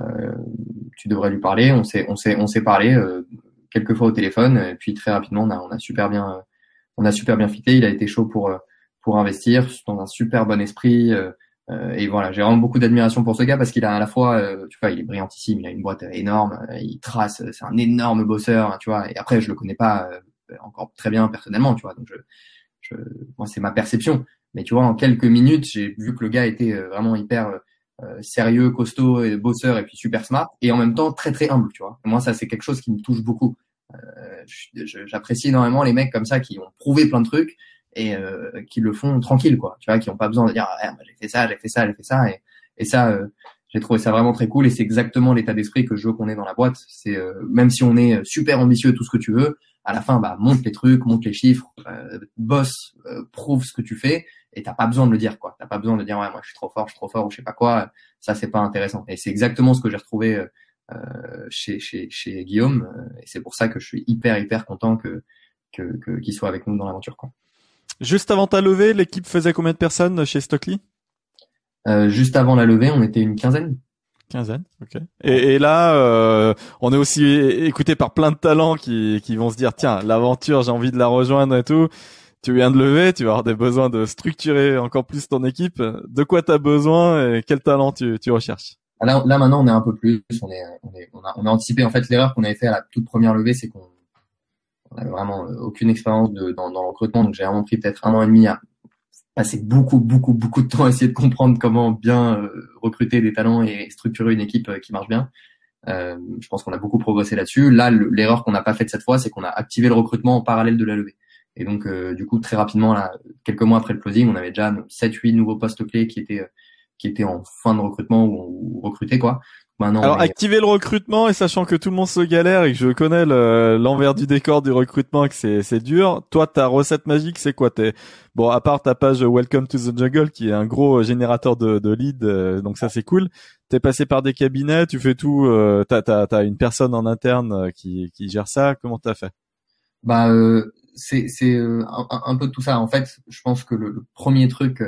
tu devrais lui parler. On s'est parlé quelques fois au téléphone, et puis très rapidement on a super bien fité. Il a été chaud pour investir dans un super bon esprit, et voilà, j'ai vraiment beaucoup d'admiration pour ce gars parce qu'il a à la fois tu vois, il est brillantissime, il a une boîte énorme, il trace, c'est un énorme bosseur, hein, tu vois. Et après je le connais pas encore très bien personnellement, tu vois, donc moi c'est ma perception. Mais tu vois, en quelques minutes, j'ai vu que le gars était vraiment hyper sérieux, costaud, et bosseur, et puis super smart, et en même temps très très humble, tu vois. Et moi, ça c'est quelque chose qui me touche beaucoup. J'apprécie énormément les mecs comme ça qui ont prouvé plein de trucs et qui le font tranquille, quoi. Tu vois, qui ont pas besoin de dire ah, j'ai fait ça, et ça J'ai trouvé ça vraiment très cool et c'est exactement l'état d'esprit que je veux qu'on ait dans la boîte. C'est même si on est super ambitieux, tout ce que tu veux, à la fin, bah monte les trucs, monte les chiffres, bosse, prouve ce que tu fais et t'as pas besoin de le dire quoi. T'as pas besoin de dire ouais moi je suis trop fort ou je sais pas quoi. Ça c'est pas intéressant. Et c'est exactement ce que j'ai retrouvé chez Guillaume et c'est pour ça que je suis hyper content qu'il soit avec nous dans l'aventure quoi. Juste avant ta levée, l'équipe faisait combien de personnes chez Stockley? Juste avant la levée, on était une quinzaine. Quinzaine, ok. Et là, on est aussi écouté par plein de talents qui vont se dire, tiens, l'aventure, j'ai envie de la rejoindre et tout. Tu viens de lever, tu vas avoir des besoins de structurer encore plus ton équipe. De quoi tu as besoin et quel talent tu recherches? Là maintenant, on est un peu plus, on a anticipé. En fait, l'erreur qu'on avait fait à la toute première levée, c'est qu'on avait vraiment aucune expérience dans le recrutement. Donc, j'ai vraiment pris peut-être 1 an et demi à passer beaucoup de temps à essayer de comprendre comment bien recruter des talents et structurer une équipe qui marche bien. Je pense qu'on a beaucoup progressé là-dessus. Là, l'erreur qu'on n'a pas faite cette fois, c'est qu'on a activé le recrutement en parallèle de la levée. Et donc, du coup, très rapidement, là, quelques mois après le closing, on avait déjà 7-8 nouveaux postes clés qui étaient en fin de recrutement ou recrutés, quoi. Maintenant, Alors, activer le recrutement et sachant que tout le monde se galère et que je connais l'envers du décor du recrutement et que c'est dur. Toi, ta recette magique, c'est quoi? Bon, à part ta page Welcome to the Jungle qui est un gros générateur de leads, donc ça c'est cool. T'es passé par des cabinets, tu fais tout. T'as une personne en interne qui gère ça. Comment t'as fait? Bah, c'est un peu de tout ça. En fait, je pense que le premier truc,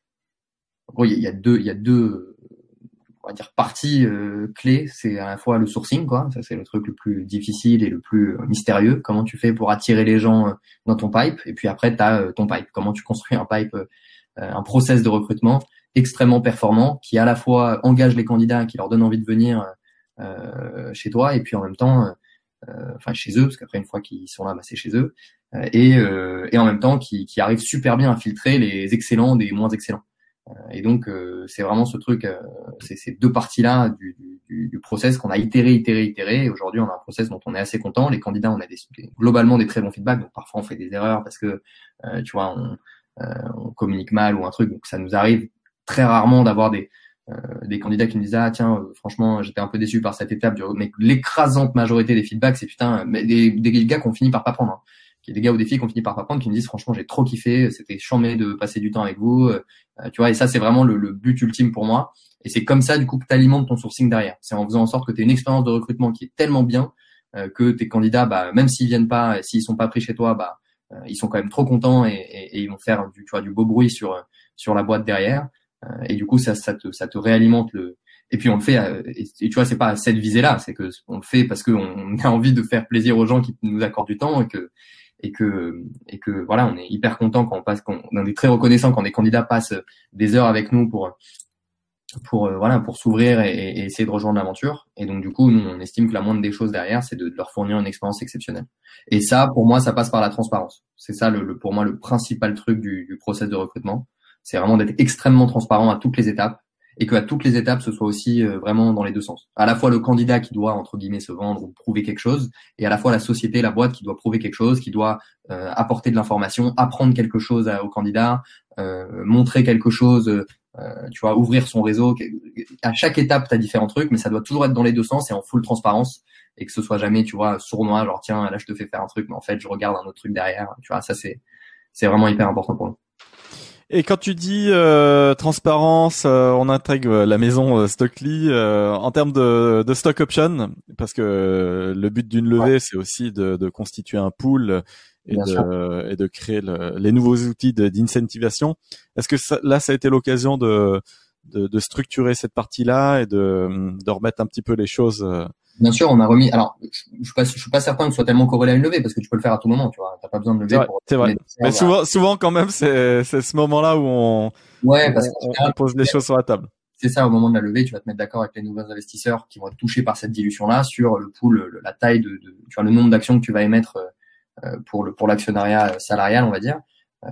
bon, il y a deux on va dire partie clé, c'est à la fois le sourcing quoi, ça c'est le truc le plus difficile et le plus mystérieux, comment tu fais pour attirer les gens dans ton pipe et puis après tu as ton pipe, comment tu construis un pipe un process de recrutement extrêmement performant qui à la fois engage les candidats qui leur donne envie de venir chez toi et puis en même temps enfin chez eux parce qu'après une fois qu'ils sont là bah, c'est chez eux et en même temps qui arrive super bien à filtrer les excellents des moins excellents. Et donc c'est vraiment ce truc, c'est ces deux parties-là du process qu'on a itéré. Et aujourd'hui, on a un process dont on est assez content. Les candidats, on a globalement des très bons feedbacks. Donc parfois, on fait des erreurs parce que tu vois, on communique mal ou un truc. Donc ça nous arrive très rarement d'avoir des candidats qui nous disent ah tiens franchement j'étais un peu déçu par cette étape. Mais l'écrasante majorité des feedbacks, c'est putain, mais des gars qu'on finit par pas prendre. Hein. Il y a des gars ou des filles qu'on finit par pas prendre qui me disent franchement j'ai trop kiffé, c'était chambé de passer du temps avec vous, tu vois et ça c'est vraiment le but ultime pour moi et c'est comme ça du coup que tu alimentes ton sourcing derrière. C'est en faisant en sorte que tu aies une expérience de recrutement qui est tellement bien que tes candidats bah même s'ils viennent pas, s'ils sont pas pris chez toi bah ils sont quand même trop contents et ils vont faire tu vois du beau bruit sur la boîte derrière et du coup ça te réalimente le et puis on le fait et tu vois c'est pas cette visée là, c'est que on le fait parce que on a envie de faire plaisir aux gens qui nous accordent du temps et que voilà, on est hyper content quand on est très reconnaissant quand des candidats passent des heures avec nous pour voilà, pour s'ouvrir et essayer de rejoindre l'aventure. Et donc du coup, nous on estime que la moindre des choses derrière, c'est de leur fournir une expérience exceptionnelle. Et ça, pour moi, ça passe par la transparence. C'est ça pour moi le principal truc du process de recrutement. C'est vraiment d'être extrêmement transparent à toutes les étapes. Et qu'à toutes les étapes, ce soit aussi vraiment dans les deux sens. À la fois le candidat qui doit, entre guillemets, se vendre ou prouver quelque chose, et à la fois la société, la boîte qui doit prouver quelque chose, qui doit apporter de l'information, apprendre quelque chose au candidat, montrer quelque chose, tu vois, ouvrir son réseau. À chaque étape, tu as différents trucs, mais ça doit toujours être dans les deux sens et en full transparence, et que ce soit jamais, tu vois, sournois, genre tiens, là je te fais faire un truc, mais en fait je regarde un autre truc derrière. Tu vois, ça c'est vraiment hyper important pour nous. Et quand tu dis transparence, on intègre la maison Stockley en termes de stock option, parce que le but d'une levée, c'est aussi de constituer un pool et de créer les nouveaux outils d'incentivation. Est-ce que là, ça a été l'occasion de structurer cette partie-là et de remettre un petit peu les choses Bien sûr, on a remis. Alors, je suis pas certain que ce soit tellement corrélé à une levée parce que tu peux le faire à tout moment, tu vois. T'as pas besoin de lever pour. C'est vrai. Mais souvent quand même, c'est ce moment-là où on pose les choses sur la table. C'est ça, au moment de la levée, tu vas te mettre d'accord avec les nouveaux investisseurs qui vont être touchés par cette dilution-là sur le pool, la taille tu vois, le nombre d'actions que tu vas émettre pour l'actionnariat salarial, on va dire.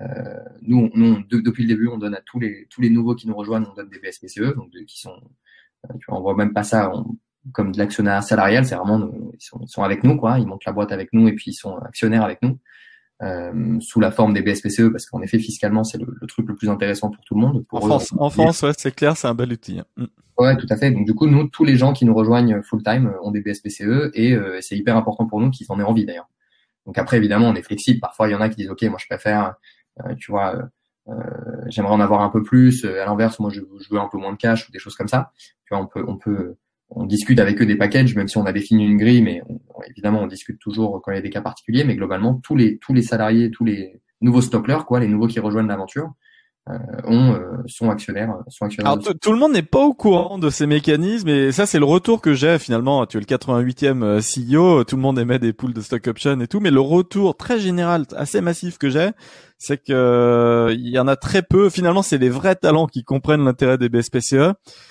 Nous, depuis le début, on donne à tous les nouveaux qui nous rejoignent, on donne des BSPCE, donc qui sont, tu vois, on voit même pas ça comme de l'actionnariat salarial, c'est vraiment ils sont avec nous quoi, ils montent la boîte avec nous et puis ils sont actionnaires avec nous. sous la forme des BSPCE, parce qu'en effet fiscalement c'est le truc le plus intéressant pour tout le monde. Pour en France, ouais, c'est clair, c'est un bel outil. Ouais, tout à fait. Donc du coup, nous, tous les gens qui nous rejoignent full time ont des BSPCE et c'est hyper important pour nous qu'ils en aient envie d'ailleurs. Donc après, évidemment, on est flexible. Parfois, il y en a qui disent, OK, moi je préfère, tu vois, j'aimerais en avoir un peu plus. À l'inverse, moi je veux un peu moins de cash ou des choses comme ça. Tu vois, on discute avec eux des packages, même si on a défini une grille, mais évidemment, on discute toujours quand il y a des cas particuliers. Mais globalement, tous les salariés, tous les nouveaux stockers, quoi, les nouveaux qui rejoignent l'aventure, sont actionnaires. Alors tout le monde n'est pas au courant de ces mécanismes et ça c'est le retour que j'ai finalement. Tu es le 88e CEO, tout le monde émet des pools de stock option et tout, mais le retour très général, assez massif que j'ai, c'est que il y en a très peu. Finalement, c'est les vrais talents qui comprennent l'intérêt des BSPCE.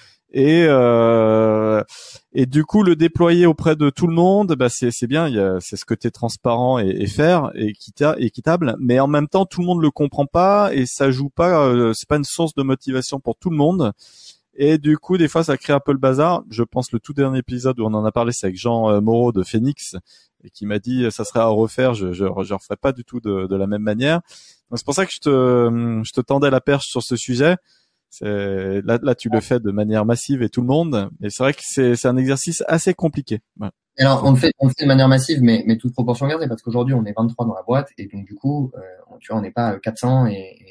Et du coup le déployer auprès de tout le monde, bah c'est bien, c'est ce côté transparent et fair et équitable, mais en même temps tout le monde le comprend pas et ça joue pas, c'est pas une source de motivation pour tout le monde. Et du coup des fois ça crée un peu le bazar. Je pense le tout dernier épisode où on en a parlé, c'est avec Jean Moreau de Phoenix et qui m'a dit ça serait à refaire, je referai pas du tout de la même manière. Donc c'est pour ça que je te tendais la perche sur ce sujet. Là, tu le fais de manière massive et tout le monde. Et c'est vrai que c'est un exercice assez compliqué. Ouais. Alors, on le fait de manière massive, mais toute proportion gardée, parce qu'aujourd'hui, on est 23 dans la boîte, et donc, du coup, tu vois, on n'est pas 400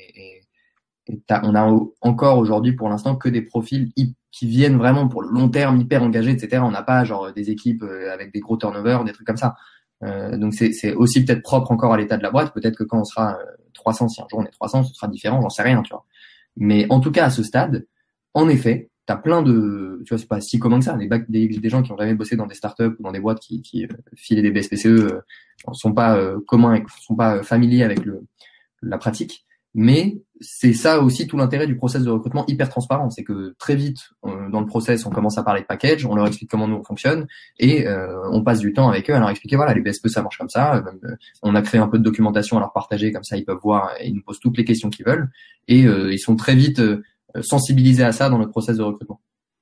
on a encore aujourd'hui, pour l'instant, que des profils qui viennent vraiment pour le long terme, hyper engagés, etc. On n'a pas, genre, des équipes avec des gros turnovers, des trucs comme ça. Donc, c'est aussi peut-être propre encore à l'état de la boîte. Peut-être que quand on sera 300, si un jour on est 300, ce sera différent, j'en sais rien, tu vois. Mais en tout cas, à ce stade, en effet, t'as plein de, tu vois, c'est pas si commun que ça. Des gens qui ont jamais bossé dans des startups ou dans des boîtes qui filaient des BSPCE sont pas communs, sont pas familiers avec la pratique. Mais c'est ça aussi tout l'intérêt du process de recrutement hyper transparent, c'est que très vite dans le process, on commence à parler de package, on leur explique comment nous on fonctionne et on passe du temps avec eux à leur expliquer voilà les BSPCE ça marche comme ça. On a créé un peu de documentation à leur partager comme ça ils peuvent voir et ils nous posent toutes les questions qu'ils veulent et ils sont très vite sensibilisés à ça dans le process de recrutement.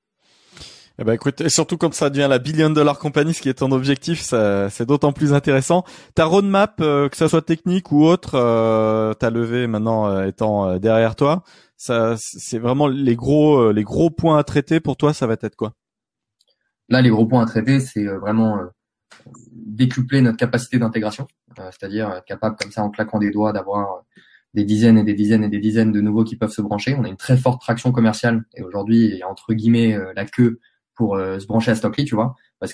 Eh ben écoute, et surtout quand ça devient la billion-dollar company, ce qui est ton objectif, ça, c'est d'autant plus intéressant. Ta roadmap, que ça soit technique ou autre, ta levée maintenant étant derrière toi, ça, c'est vraiment les gros points à traiter pour toi. Ça va être quoi? Là, les gros points à traiter, c'est vraiment décupler notre capacité d'intégration, c'est-à-dire être capable comme ça en claquant des doigts d'avoir des dizaines et des dizaines et des dizaines de nouveaux qui peuvent se brancher. On a une très forte traction commerciale et aujourd'hui, il y a entre guillemets la queue pour se brancher à Stockly, tu vois, parce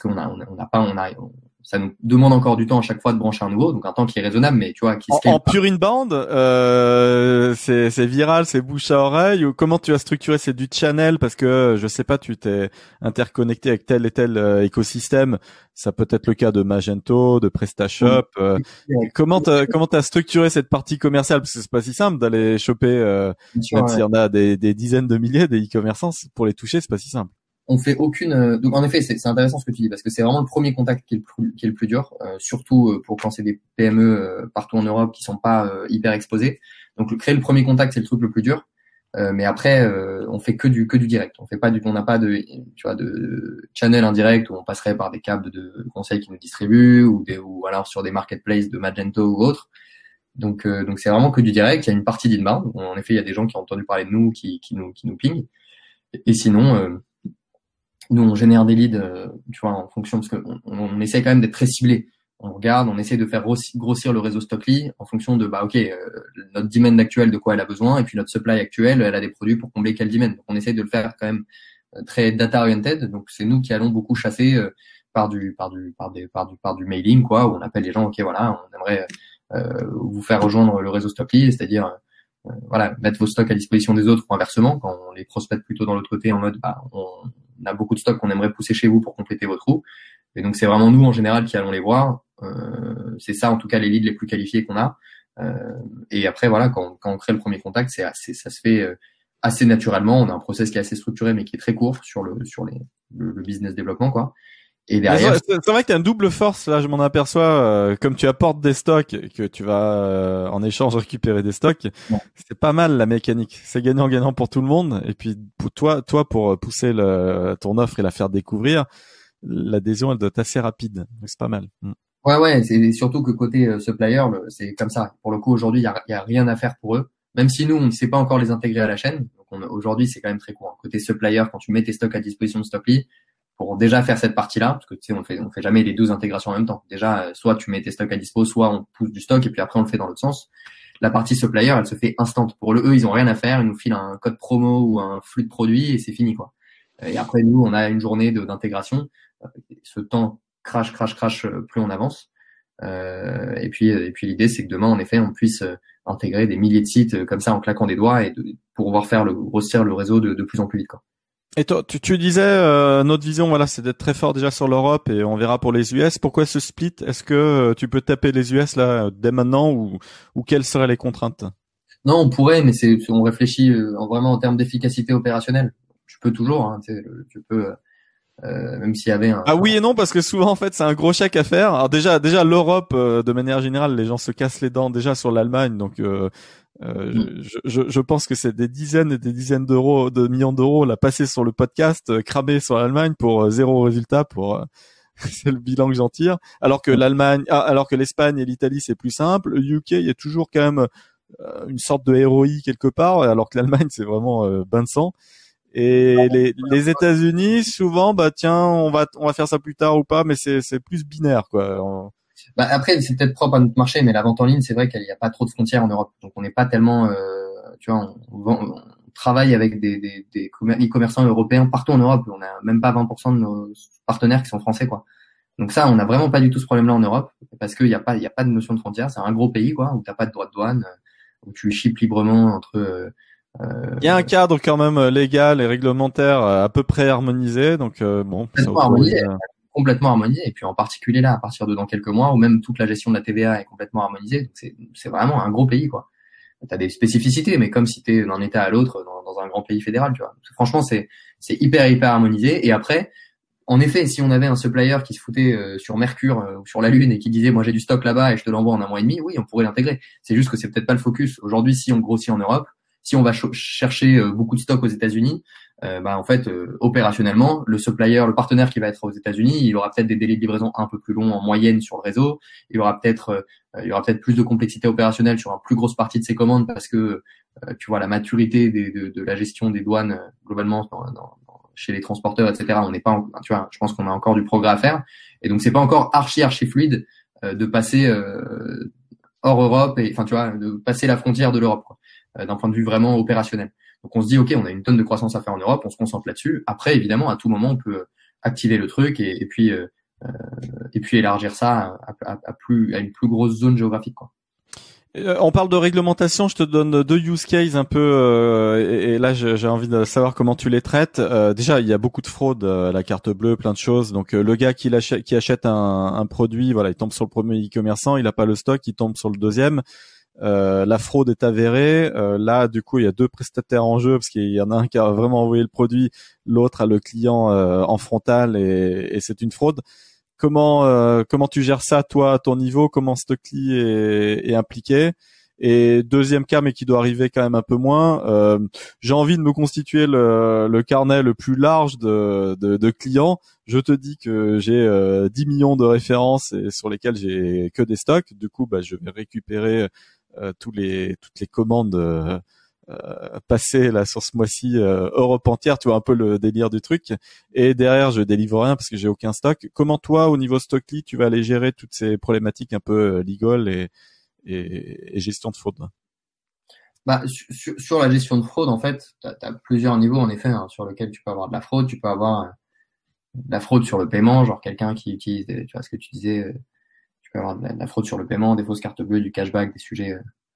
ça nous demande encore du temps à chaque fois de brancher un nouveau, donc un temps qui est raisonnable, mais tu vois, qui scale en pure inbound, c'est viral, c'est bouche à oreille, ou comment tu as structuré? C'est du channel parce que je sais pas, tu t'es interconnecté avec tel et tel écosystème. Ça peut être le cas de Magento, de PrestaShop. Comment t'as structuré cette partie commerciale? Parce que c'est pas si simple d'aller choper, même s'il y en a des dizaines de milliers des e-commerçants, pour les toucher, c'est pas si simple. On fait aucune. Donc en effet, c'est intéressant ce que tu dis parce que c'est vraiment le premier contact qui est le plus dur, surtout pour quand c'est des PME partout en Europe qui sont pas hyper exposés. Donc créer le premier contact, c'est le truc le plus dur. Mais après, on fait que du direct. On n'a pas de, tu vois, de channel indirect où on passerait par des câbles de conseils qui nous distribuent ou alors sur des marketplaces de Magento ou autres. Donc c'est vraiment que du direct. Il y a une partie d'inbound. En effet, il y a des gens qui ont entendu parler de nous qui nous pingent. Et sinon. Nous, on génère des leads, tu vois, en fonction, parce on essaie quand même d'être très ciblé. On regarde, on essaie de faire grossir le réseau Stockly en fonction de, notre demand actuel, de quoi elle a besoin, et puis notre supply actuelle, elle a des produits pour combler quel demand. Donc, on essaie de le faire quand même très data oriented. Donc, c'est nous qui allons beaucoup chasser par du mailing, quoi, où on appelle les gens, ok, voilà, on aimerait vous faire rejoindre le réseau Stockly, c'est-à-dire voilà, mettre vos stocks à disposition des autres ou inversement, quand on les prospecte plutôt dans l'autre côté en mode, on a beaucoup de stocks qu'on aimerait pousser chez vous pour compléter votre roue. Et donc, c'est vraiment nous, en général, qui allons les voir. C'est ça, en tout cas, les leads les plus qualifiés qu'on a. Et après, voilà, quand on crée le premier contact, ça se fait assez naturellement. On a un process qui est assez structuré, mais qui est très court sur le business développement, quoi. Et derrière, c'est vrai que tu as une double force là, je m'en aperçois. Comme tu apportes des stocks et que tu vas en échange récupérer des stocks, c'est pas mal la mécanique. C'est gagnant-gagnant pour tout le monde. Et puis pour toi pour pousser ton offre et la faire découvrir, l'adhésion elle doit être assez rapide. C'est pas mal. Ouais, c'est surtout que côté supplier, c'est comme ça. Pour le coup, aujourd'hui, y a rien à faire pour eux. Même si nous, on ne sait pas encore les intégrer à la chaîne. Donc aujourd'hui, c'est quand même très court. Côté supplier, quand tu mets tes stocks à disposition de Stockly, pour déjà faire cette partie-là, parce que tu sais, on fait jamais les deux intégrations en même temps. Déjà, soit tu mets tes stocks à dispo, soit on pousse du stock et puis après on le fait dans l'autre sens. La partie supplier, elle se fait instant. Pour eux, ils ont rien à faire. Ils nous filent un code promo ou un flux de produits et c'est fini, quoi. Et après, nous, on a une journée d'intégration. Ce temps crash, plus on avance. Et puis l'idée, c'est que demain, en effet, on puisse intégrer des milliers de sites comme ça en claquant des doigts pour pouvoir faire grossir le réseau de plus en plus vite, quoi. Et toi, tu disais, notre vision, voilà, c'est d'être très fort déjà sur l'Europe et on verra pour les US. Pourquoi ce split? Est-ce que tu peux taper les US là dès maintenant ou quelles seraient les contraintes? Non, on pourrait, mais on réfléchit vraiment en termes d'efficacité opérationnelle. Tu peux toujours, hein, tu peux, même s'il y avait Ah oui et non, parce que souvent en fait c'est un gros chèque à faire. Alors déjà l'Europe de manière générale, les gens se cassent les dents déjà sur l'Allemagne, donc je pense que c'est des dizaines et des dizaines d'euros, de millions d'euros là passés sur le podcast, cramés sur l'Allemagne pour zéro résultat. C'est le bilan que j'en tire. Alors que alors que l'Espagne et l'Italie c'est plus simple. Le UK il y a toujours quand même une sorte de ROI quelque part, alors que l'Allemagne c'est vraiment bain de sang. Et les États-Unis, souvent, bah tiens, on va faire ça plus tard ou pas, mais c'est plus binaire quoi. Bah, après, c'est peut-être propre à notre marché, mais la vente en ligne, c'est vrai qu'il n'y a pas trop de frontières en Europe. Donc, on n'est pas tellement, tu vois, on travaille avec des e-commerçants européens partout en Europe. On a même pas 20% de nos partenaires qui sont français, quoi. Donc ça, on n'a vraiment pas du tout ce problème-là en Europe, parce il y a pas de notion de frontière. C'est un gros pays, quoi, où t'as pas de droit de douane, où tu ships librement entre, Il y a un cadre quand même légal et réglementaire à peu près harmonisé, donc bon, ça complètement autorise. harmonisé, complètement harmonisé. Et puis en particulier là, à partir de dans quelques mois, où même toute la gestion de la TVA est complètement harmonisée. Donc c'est vraiment un gros pays, quoi. T'as des spécificités, mais comme si t'es d'un État à l'autre dans un grand pays fédéral, tu vois. Franchement, c'est hyper harmonisé. Et après, en effet, si on avait un supplier qui se foutait sur Mercure ou sur la Lune et qui disait moi j'ai du stock là-bas et je te l'envoie en un mois et demi, oui, on pourrait l'intégrer. C'est juste que c'est peut-être pas le focus. Aujourd'hui, si on grossit en Europe, si on va chercher beaucoup de stock aux États-Unis, bah en fait opérationnellement, le supplier, le partenaire qui va être aux États-Unis, il aura peut-être des délais de livraison un peu plus longs en moyenne sur le réseau. Il y aura peut-être plus de complexité opérationnelle sur une plus grosse partie de ses commandes parce que tu vois la maturité de la gestion des douanes globalement chez les transporteurs, etc. On n'est pas, tu vois, je pense qu'on a encore du progrès à faire. Et donc c'est pas encore archi fluide de passer hors Europe et, enfin tu vois, de passer la frontière de l'Europe, quoi, d'un point de vue vraiment opérationnel. Donc on se dit ok, on a une tonne de croissance à faire en Europe, on se concentre là-dessus. Après évidemment à tout moment on peut activer le truc et puis élargir ça à une plus grosse zone géographique, quoi. On parle de réglementation, je te donne deux use cases un peu, et là j'ai envie de savoir comment tu les traites. Déjà, il y a beaucoup de fraude à la carte bleue, plein de choses. Donc le gars qui achète un produit, voilà, il tombe sur le premier e-commerçant, il n'a pas le stock, il tombe sur le deuxième. La fraude est avérée. Là, du coup, il y a deux prestataires en jeu parce qu'il y en a un qui a vraiment envoyé le produit, l'autre a le client en frontal et c'est une fraude. Comment tu gères ça toi à ton niveau? Comment Stockly est impliqué? Et deuxième cas, mais qui doit arriver quand même un peu moins, j'ai envie de me constituer le carnet le plus large de clients. Je te dis que j'ai 10 millions de références et sur lesquelles j'ai que des stocks. Du coup, bah, je vais récupérer toutes les commandes passer là sur ce mois-ci Europe entière, tu vois un peu le délire du truc. Et derrière, je délivre rien parce que j'ai aucun stock. Comment toi, au niveau Stockly, tu vas aller gérer toutes ces problématiques un peu legal et gestion de fraude? Bah, sur la gestion de fraude, en fait, tu as plusieurs niveaux, en effet, hein, sur lesquels tu peux avoir de la fraude. Tu peux avoir de la fraude sur le paiement, genre quelqu'un qui utilise, tu vois ce que tu disais, tu peux avoir de la fraude sur le paiement, des fausses cartes bleues, du cashback, des sujets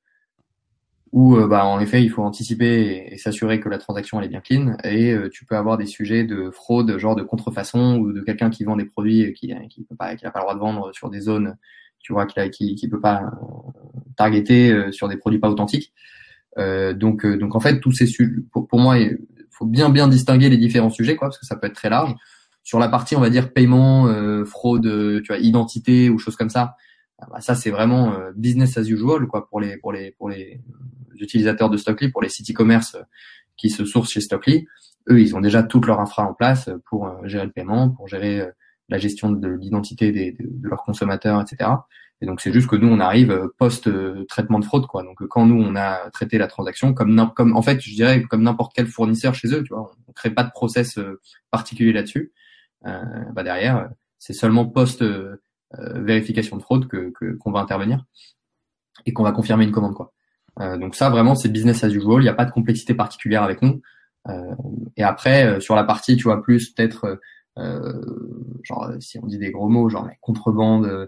où, bah, en effet, il faut anticiper et s'assurer que la transaction elle est bien clean. Et tu peux avoir des sujets de fraude, genre de contrefaçon ou de quelqu'un qui vend des produits qui n'a pas le droit de vendre sur des zones, tu vois, qui peut pas targeter sur des produits pas authentiques. Donc en fait, tous ces sujets, pour moi, il faut bien distinguer les différents sujets, quoi, parce que ça peut être très large. Sur la partie, on va dire paiement, fraude, tu vois, identité ou choses comme ça, bah, ça c'est vraiment business as usual, quoi, pour les utilisateurs de Stockly, pour les sites e-commerce qui se sourcent chez Stockly. Eux, ils ont déjà toute leur infra en place pour gérer le paiement, pour gérer la gestion de l'identité de leurs consommateurs, etc. Et donc c'est juste que nous on arrive post traitement de fraude, quoi. Donc quand nous on a traité la transaction comme en fait je dirais comme n'importe quel fournisseur chez eux, tu vois, on crée pas de process particulier là-dessus. Derrière c'est seulement post vérification de fraude qu'on va intervenir et qu'on va confirmer une commande, quoi. Donc ça vraiment c'est business as usual, il n'y a pas de complexité particulière avec nous. Et après sur la partie tu vois plus peut-être genre si on dit des gros mots genre contrebande,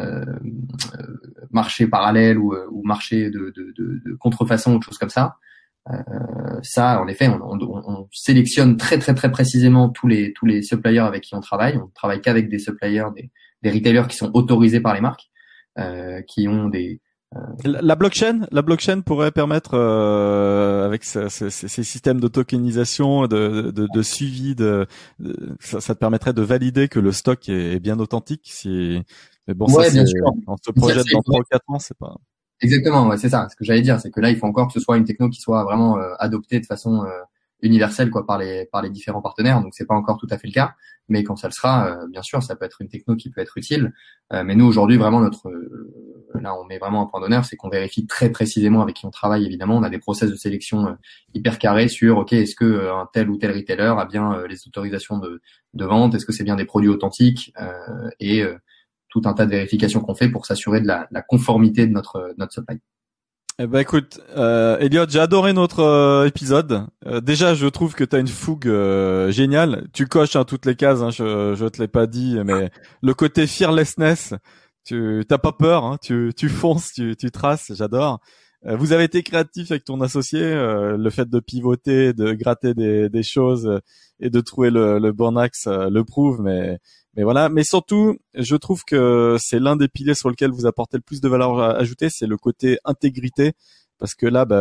marché parallèle ou marché de contrefaçon ou choses comme ça. Ça en effet on sélectionne très très très précisément tous les suppliers avec qui on travaille qu'avec des suppliers, des retailers qui sont autorisés par les marques, qui ont des La blockchain pourrait permettre, avec ces systèmes de tokenisation, de suivi, ça te permettrait de valider que le stock est bien authentique. Mais bon, ouais, ça, bien sûr. on se projette dans 3 ou 4 ans, c'est pas. Exactement, ouais, c'est ça. Ce que j'allais dire, c'est que là, il faut encore que ce soit une techno qui soit vraiment adoptée de façon universelle, quoi, par les différents partenaires. Donc, c'est pas encore tout à fait le cas, mais quand ça le sera, bien sûr, ça peut être une techno qui peut être utile. Mais nous, aujourd'hui, vraiment, là, on met vraiment un point d'honneur, c'est qu'on vérifie très précisément avec qui on travaille. Évidemment, on a des process de sélection hyper carrés sur, ok, est-ce que un tel ou tel retailer a bien les autorisations de vente, est-ce que c'est bien des produits authentiques, et tout un tas de vérifications qu'on fait pour s'assurer de la conformité de notre supply. Eh ben écoute, Elliot, j'ai adoré notre épisode. Déjà, je trouve que tu as une fougue géniale. Tu coches toutes les cases, je te l'ai pas dit, mais le côté fearlessness, tu t'as pas peur, tu fonces, tu traces, j'adore. Vous avez été créatif avec ton associé, le fait de pivoter, de gratter des choses et de trouver le bon axe le prouve, mais voilà. Mais surtout, je trouve que c'est l'un des piliers sur lequel vous apportez le plus de valeur ajoutée, c'est le côté intégrité. Parce que là,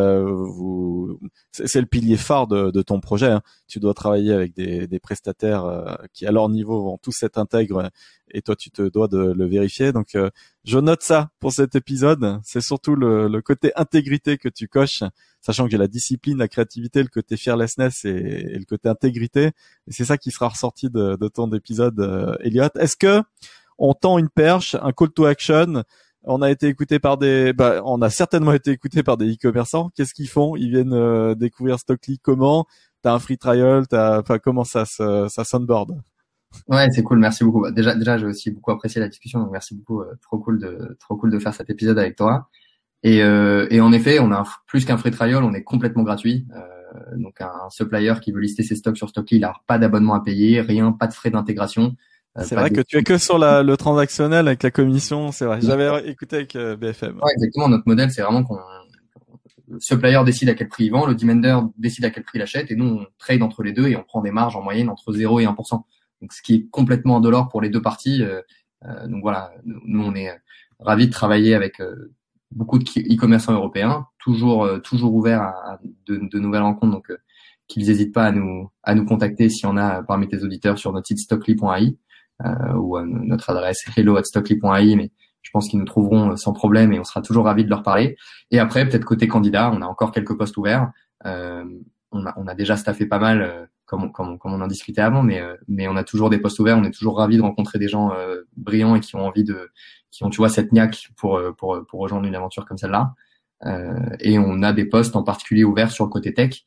c'est le pilier phare de ton projet, hein. Tu dois travailler avec des prestataires qui, à leur niveau, vont tous être intègres, et toi, tu te dois de le vérifier. Donc, je note ça pour cet épisode. C'est surtout le côté intégrité que tu coches, sachant que j'ai la discipline, la créativité, le côté fearlessness et le côté intégrité. Et c'est ça qui sera ressorti de ton épisode, Elliot. Est-ce que on tend une perche, un call to action? On a été écouté par on a certainement été écouté par des e-commerçants. Qu'est-ce qu'ils font? Ils viennent découvrir Stockly. Comment? T'as un free trial? Comment ça s'onboard? Ouais, c'est cool, merci beaucoup. Déjà, j'ai aussi beaucoup apprécié la discussion, donc merci beaucoup. Trop cool de faire cet épisode avec toi. Et en effet, on a plus qu'un free trial, on est complètement gratuit. Donc un supplier qui veut lister ses stocks sur Stockly, il a pas d'abonnement à payer, rien, pas de frais d'intégration. C'est vrai que tu es que sur le transactionnel avec la commission, c'est vrai. J'avais écouté avec BFM. Ouais, exactement. Notre modèle, c'est vraiment le supplier décide à quel prix il vend, le demander décide à quel prix il achète, et nous, on trade entre les deux et on prend des marges en moyenne entre 0 et 1%. Donc, ce qui est complètement indolore pour les deux parties. Donc voilà, nous, on est ravis de travailler avec beaucoup de e-commerçants européens, toujours ouverts à de nouvelles rencontres. Donc, qu'ils n'hésitent pas à nous contacter s'il y en a parmi tes auditeurs sur notre site stockly.ai. Ou notre adresse hello@stockly.ai, mais je pense qu'ils nous trouveront sans problème et on sera toujours ravis de leur parler. Et après, peut-être côté candidat, on a encore quelques postes ouverts. On a déjà staffé pas mal, comme on en discutait avant, mais on a toujours des postes ouverts. On est toujours ravis de rencontrer des gens brillants et qui ont tu vois, cette niaque pour rejoindre une aventure comme celle-là. Et on a des postes en particulier ouverts sur le côté tech.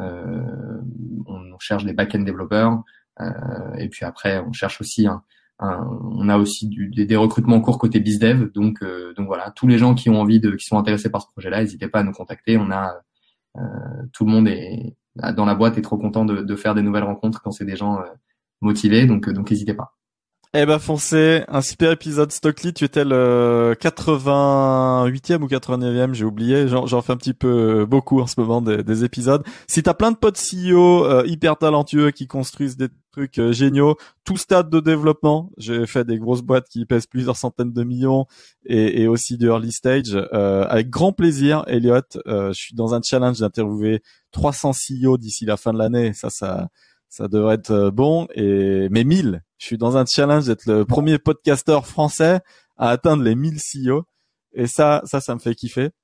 On cherche des back-end développeurs. Et puis après, on cherche aussi on a aussi des recrutements en cours côté BizDev. Donc voilà, tous les gens qui ont qui sont intéressés par ce projet-là, n'hésitez pas à nous contacter. On a tout le monde est dans la boîte est trop content de faire des nouvelles rencontres quand c'est des gens motivés. Donc n'hésitez pas. Eh ben foncez, un super épisode Stockly. Tu étais le 88e ou 89e, j'ai oublié. J'en fais un petit peu beaucoup en ce moment des épisodes. Si t'as plein de potes CEO hyper talentueux qui construisent des trucs géniaux, tout stade de développement. J'ai fait des grosses boîtes qui pèsent plusieurs centaines de millions et aussi du early stage. Avec grand plaisir, Elliot. Je suis dans un challenge d'interviewer 300 CEO d'ici la fin de l'année. Ça devrait être bon. Mais 1000. Je suis dans un challenge d'être le premier podcasteur français à atteindre les 1000 CEO. Et ça me fait kiffer.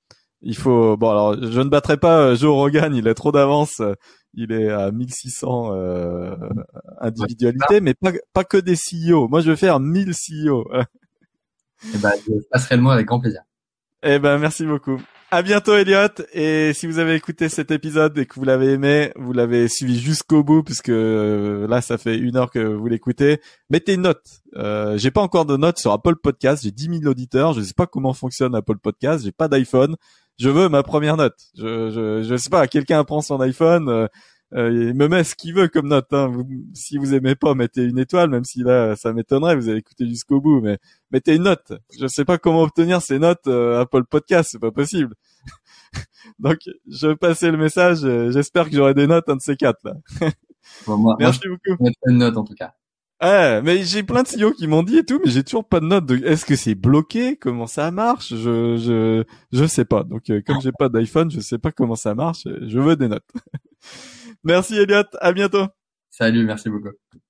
Il faut, bon alors, je ne battrai pas Joe Rogan, il a trop d'avance, il est à 1600 Ouais. individualités, mais pas que des CEO. Moi, je veux faire 1000 CEO. Et ben, je passerai le mot avec grand plaisir. Eh ben, merci beaucoup. À bientôt, Elliot. Et si vous avez écouté cet épisode et que vous l'avez aimé, vous l'avez suivi jusqu'au bout, puisque là, ça fait 1 heure que vous l'écoutez, mettez une note. J'ai pas encore de note sur Apple Podcast. J'ai 10 000 auditeurs. Je sais pas comment fonctionne Apple Podcast. J'ai pas d'iPhone. Je veux ma première note. Je sais pas. Quelqu'un prend son iPhone. Il me met ce qu'il veut comme note. Hein. Si vous aimez pas, mettez une étoile, même si là, ça m'étonnerait. Vous avez écouté jusqu'au bout, mais mettez une note. Je sais pas comment obtenir ces notes Apple Podcast. C'est pas possible. Donc, je vais passer le message. J'espère que j'aurai des notes, un de ces quatre, là. Bon, moi, je Merci beaucoup. mettrai une note en tout cas. Ouais, mais j'ai plein de CEO qui m'ont dit et tout, mais j'ai toujours pas de note. Est-ce que c'est bloqué? Comment ça marche? Je sais pas. Donc, comme j'ai pas d'iPhone, je sais pas comment ça marche. Je veux des notes. Merci, Elliot. À bientôt. Salut, merci beaucoup.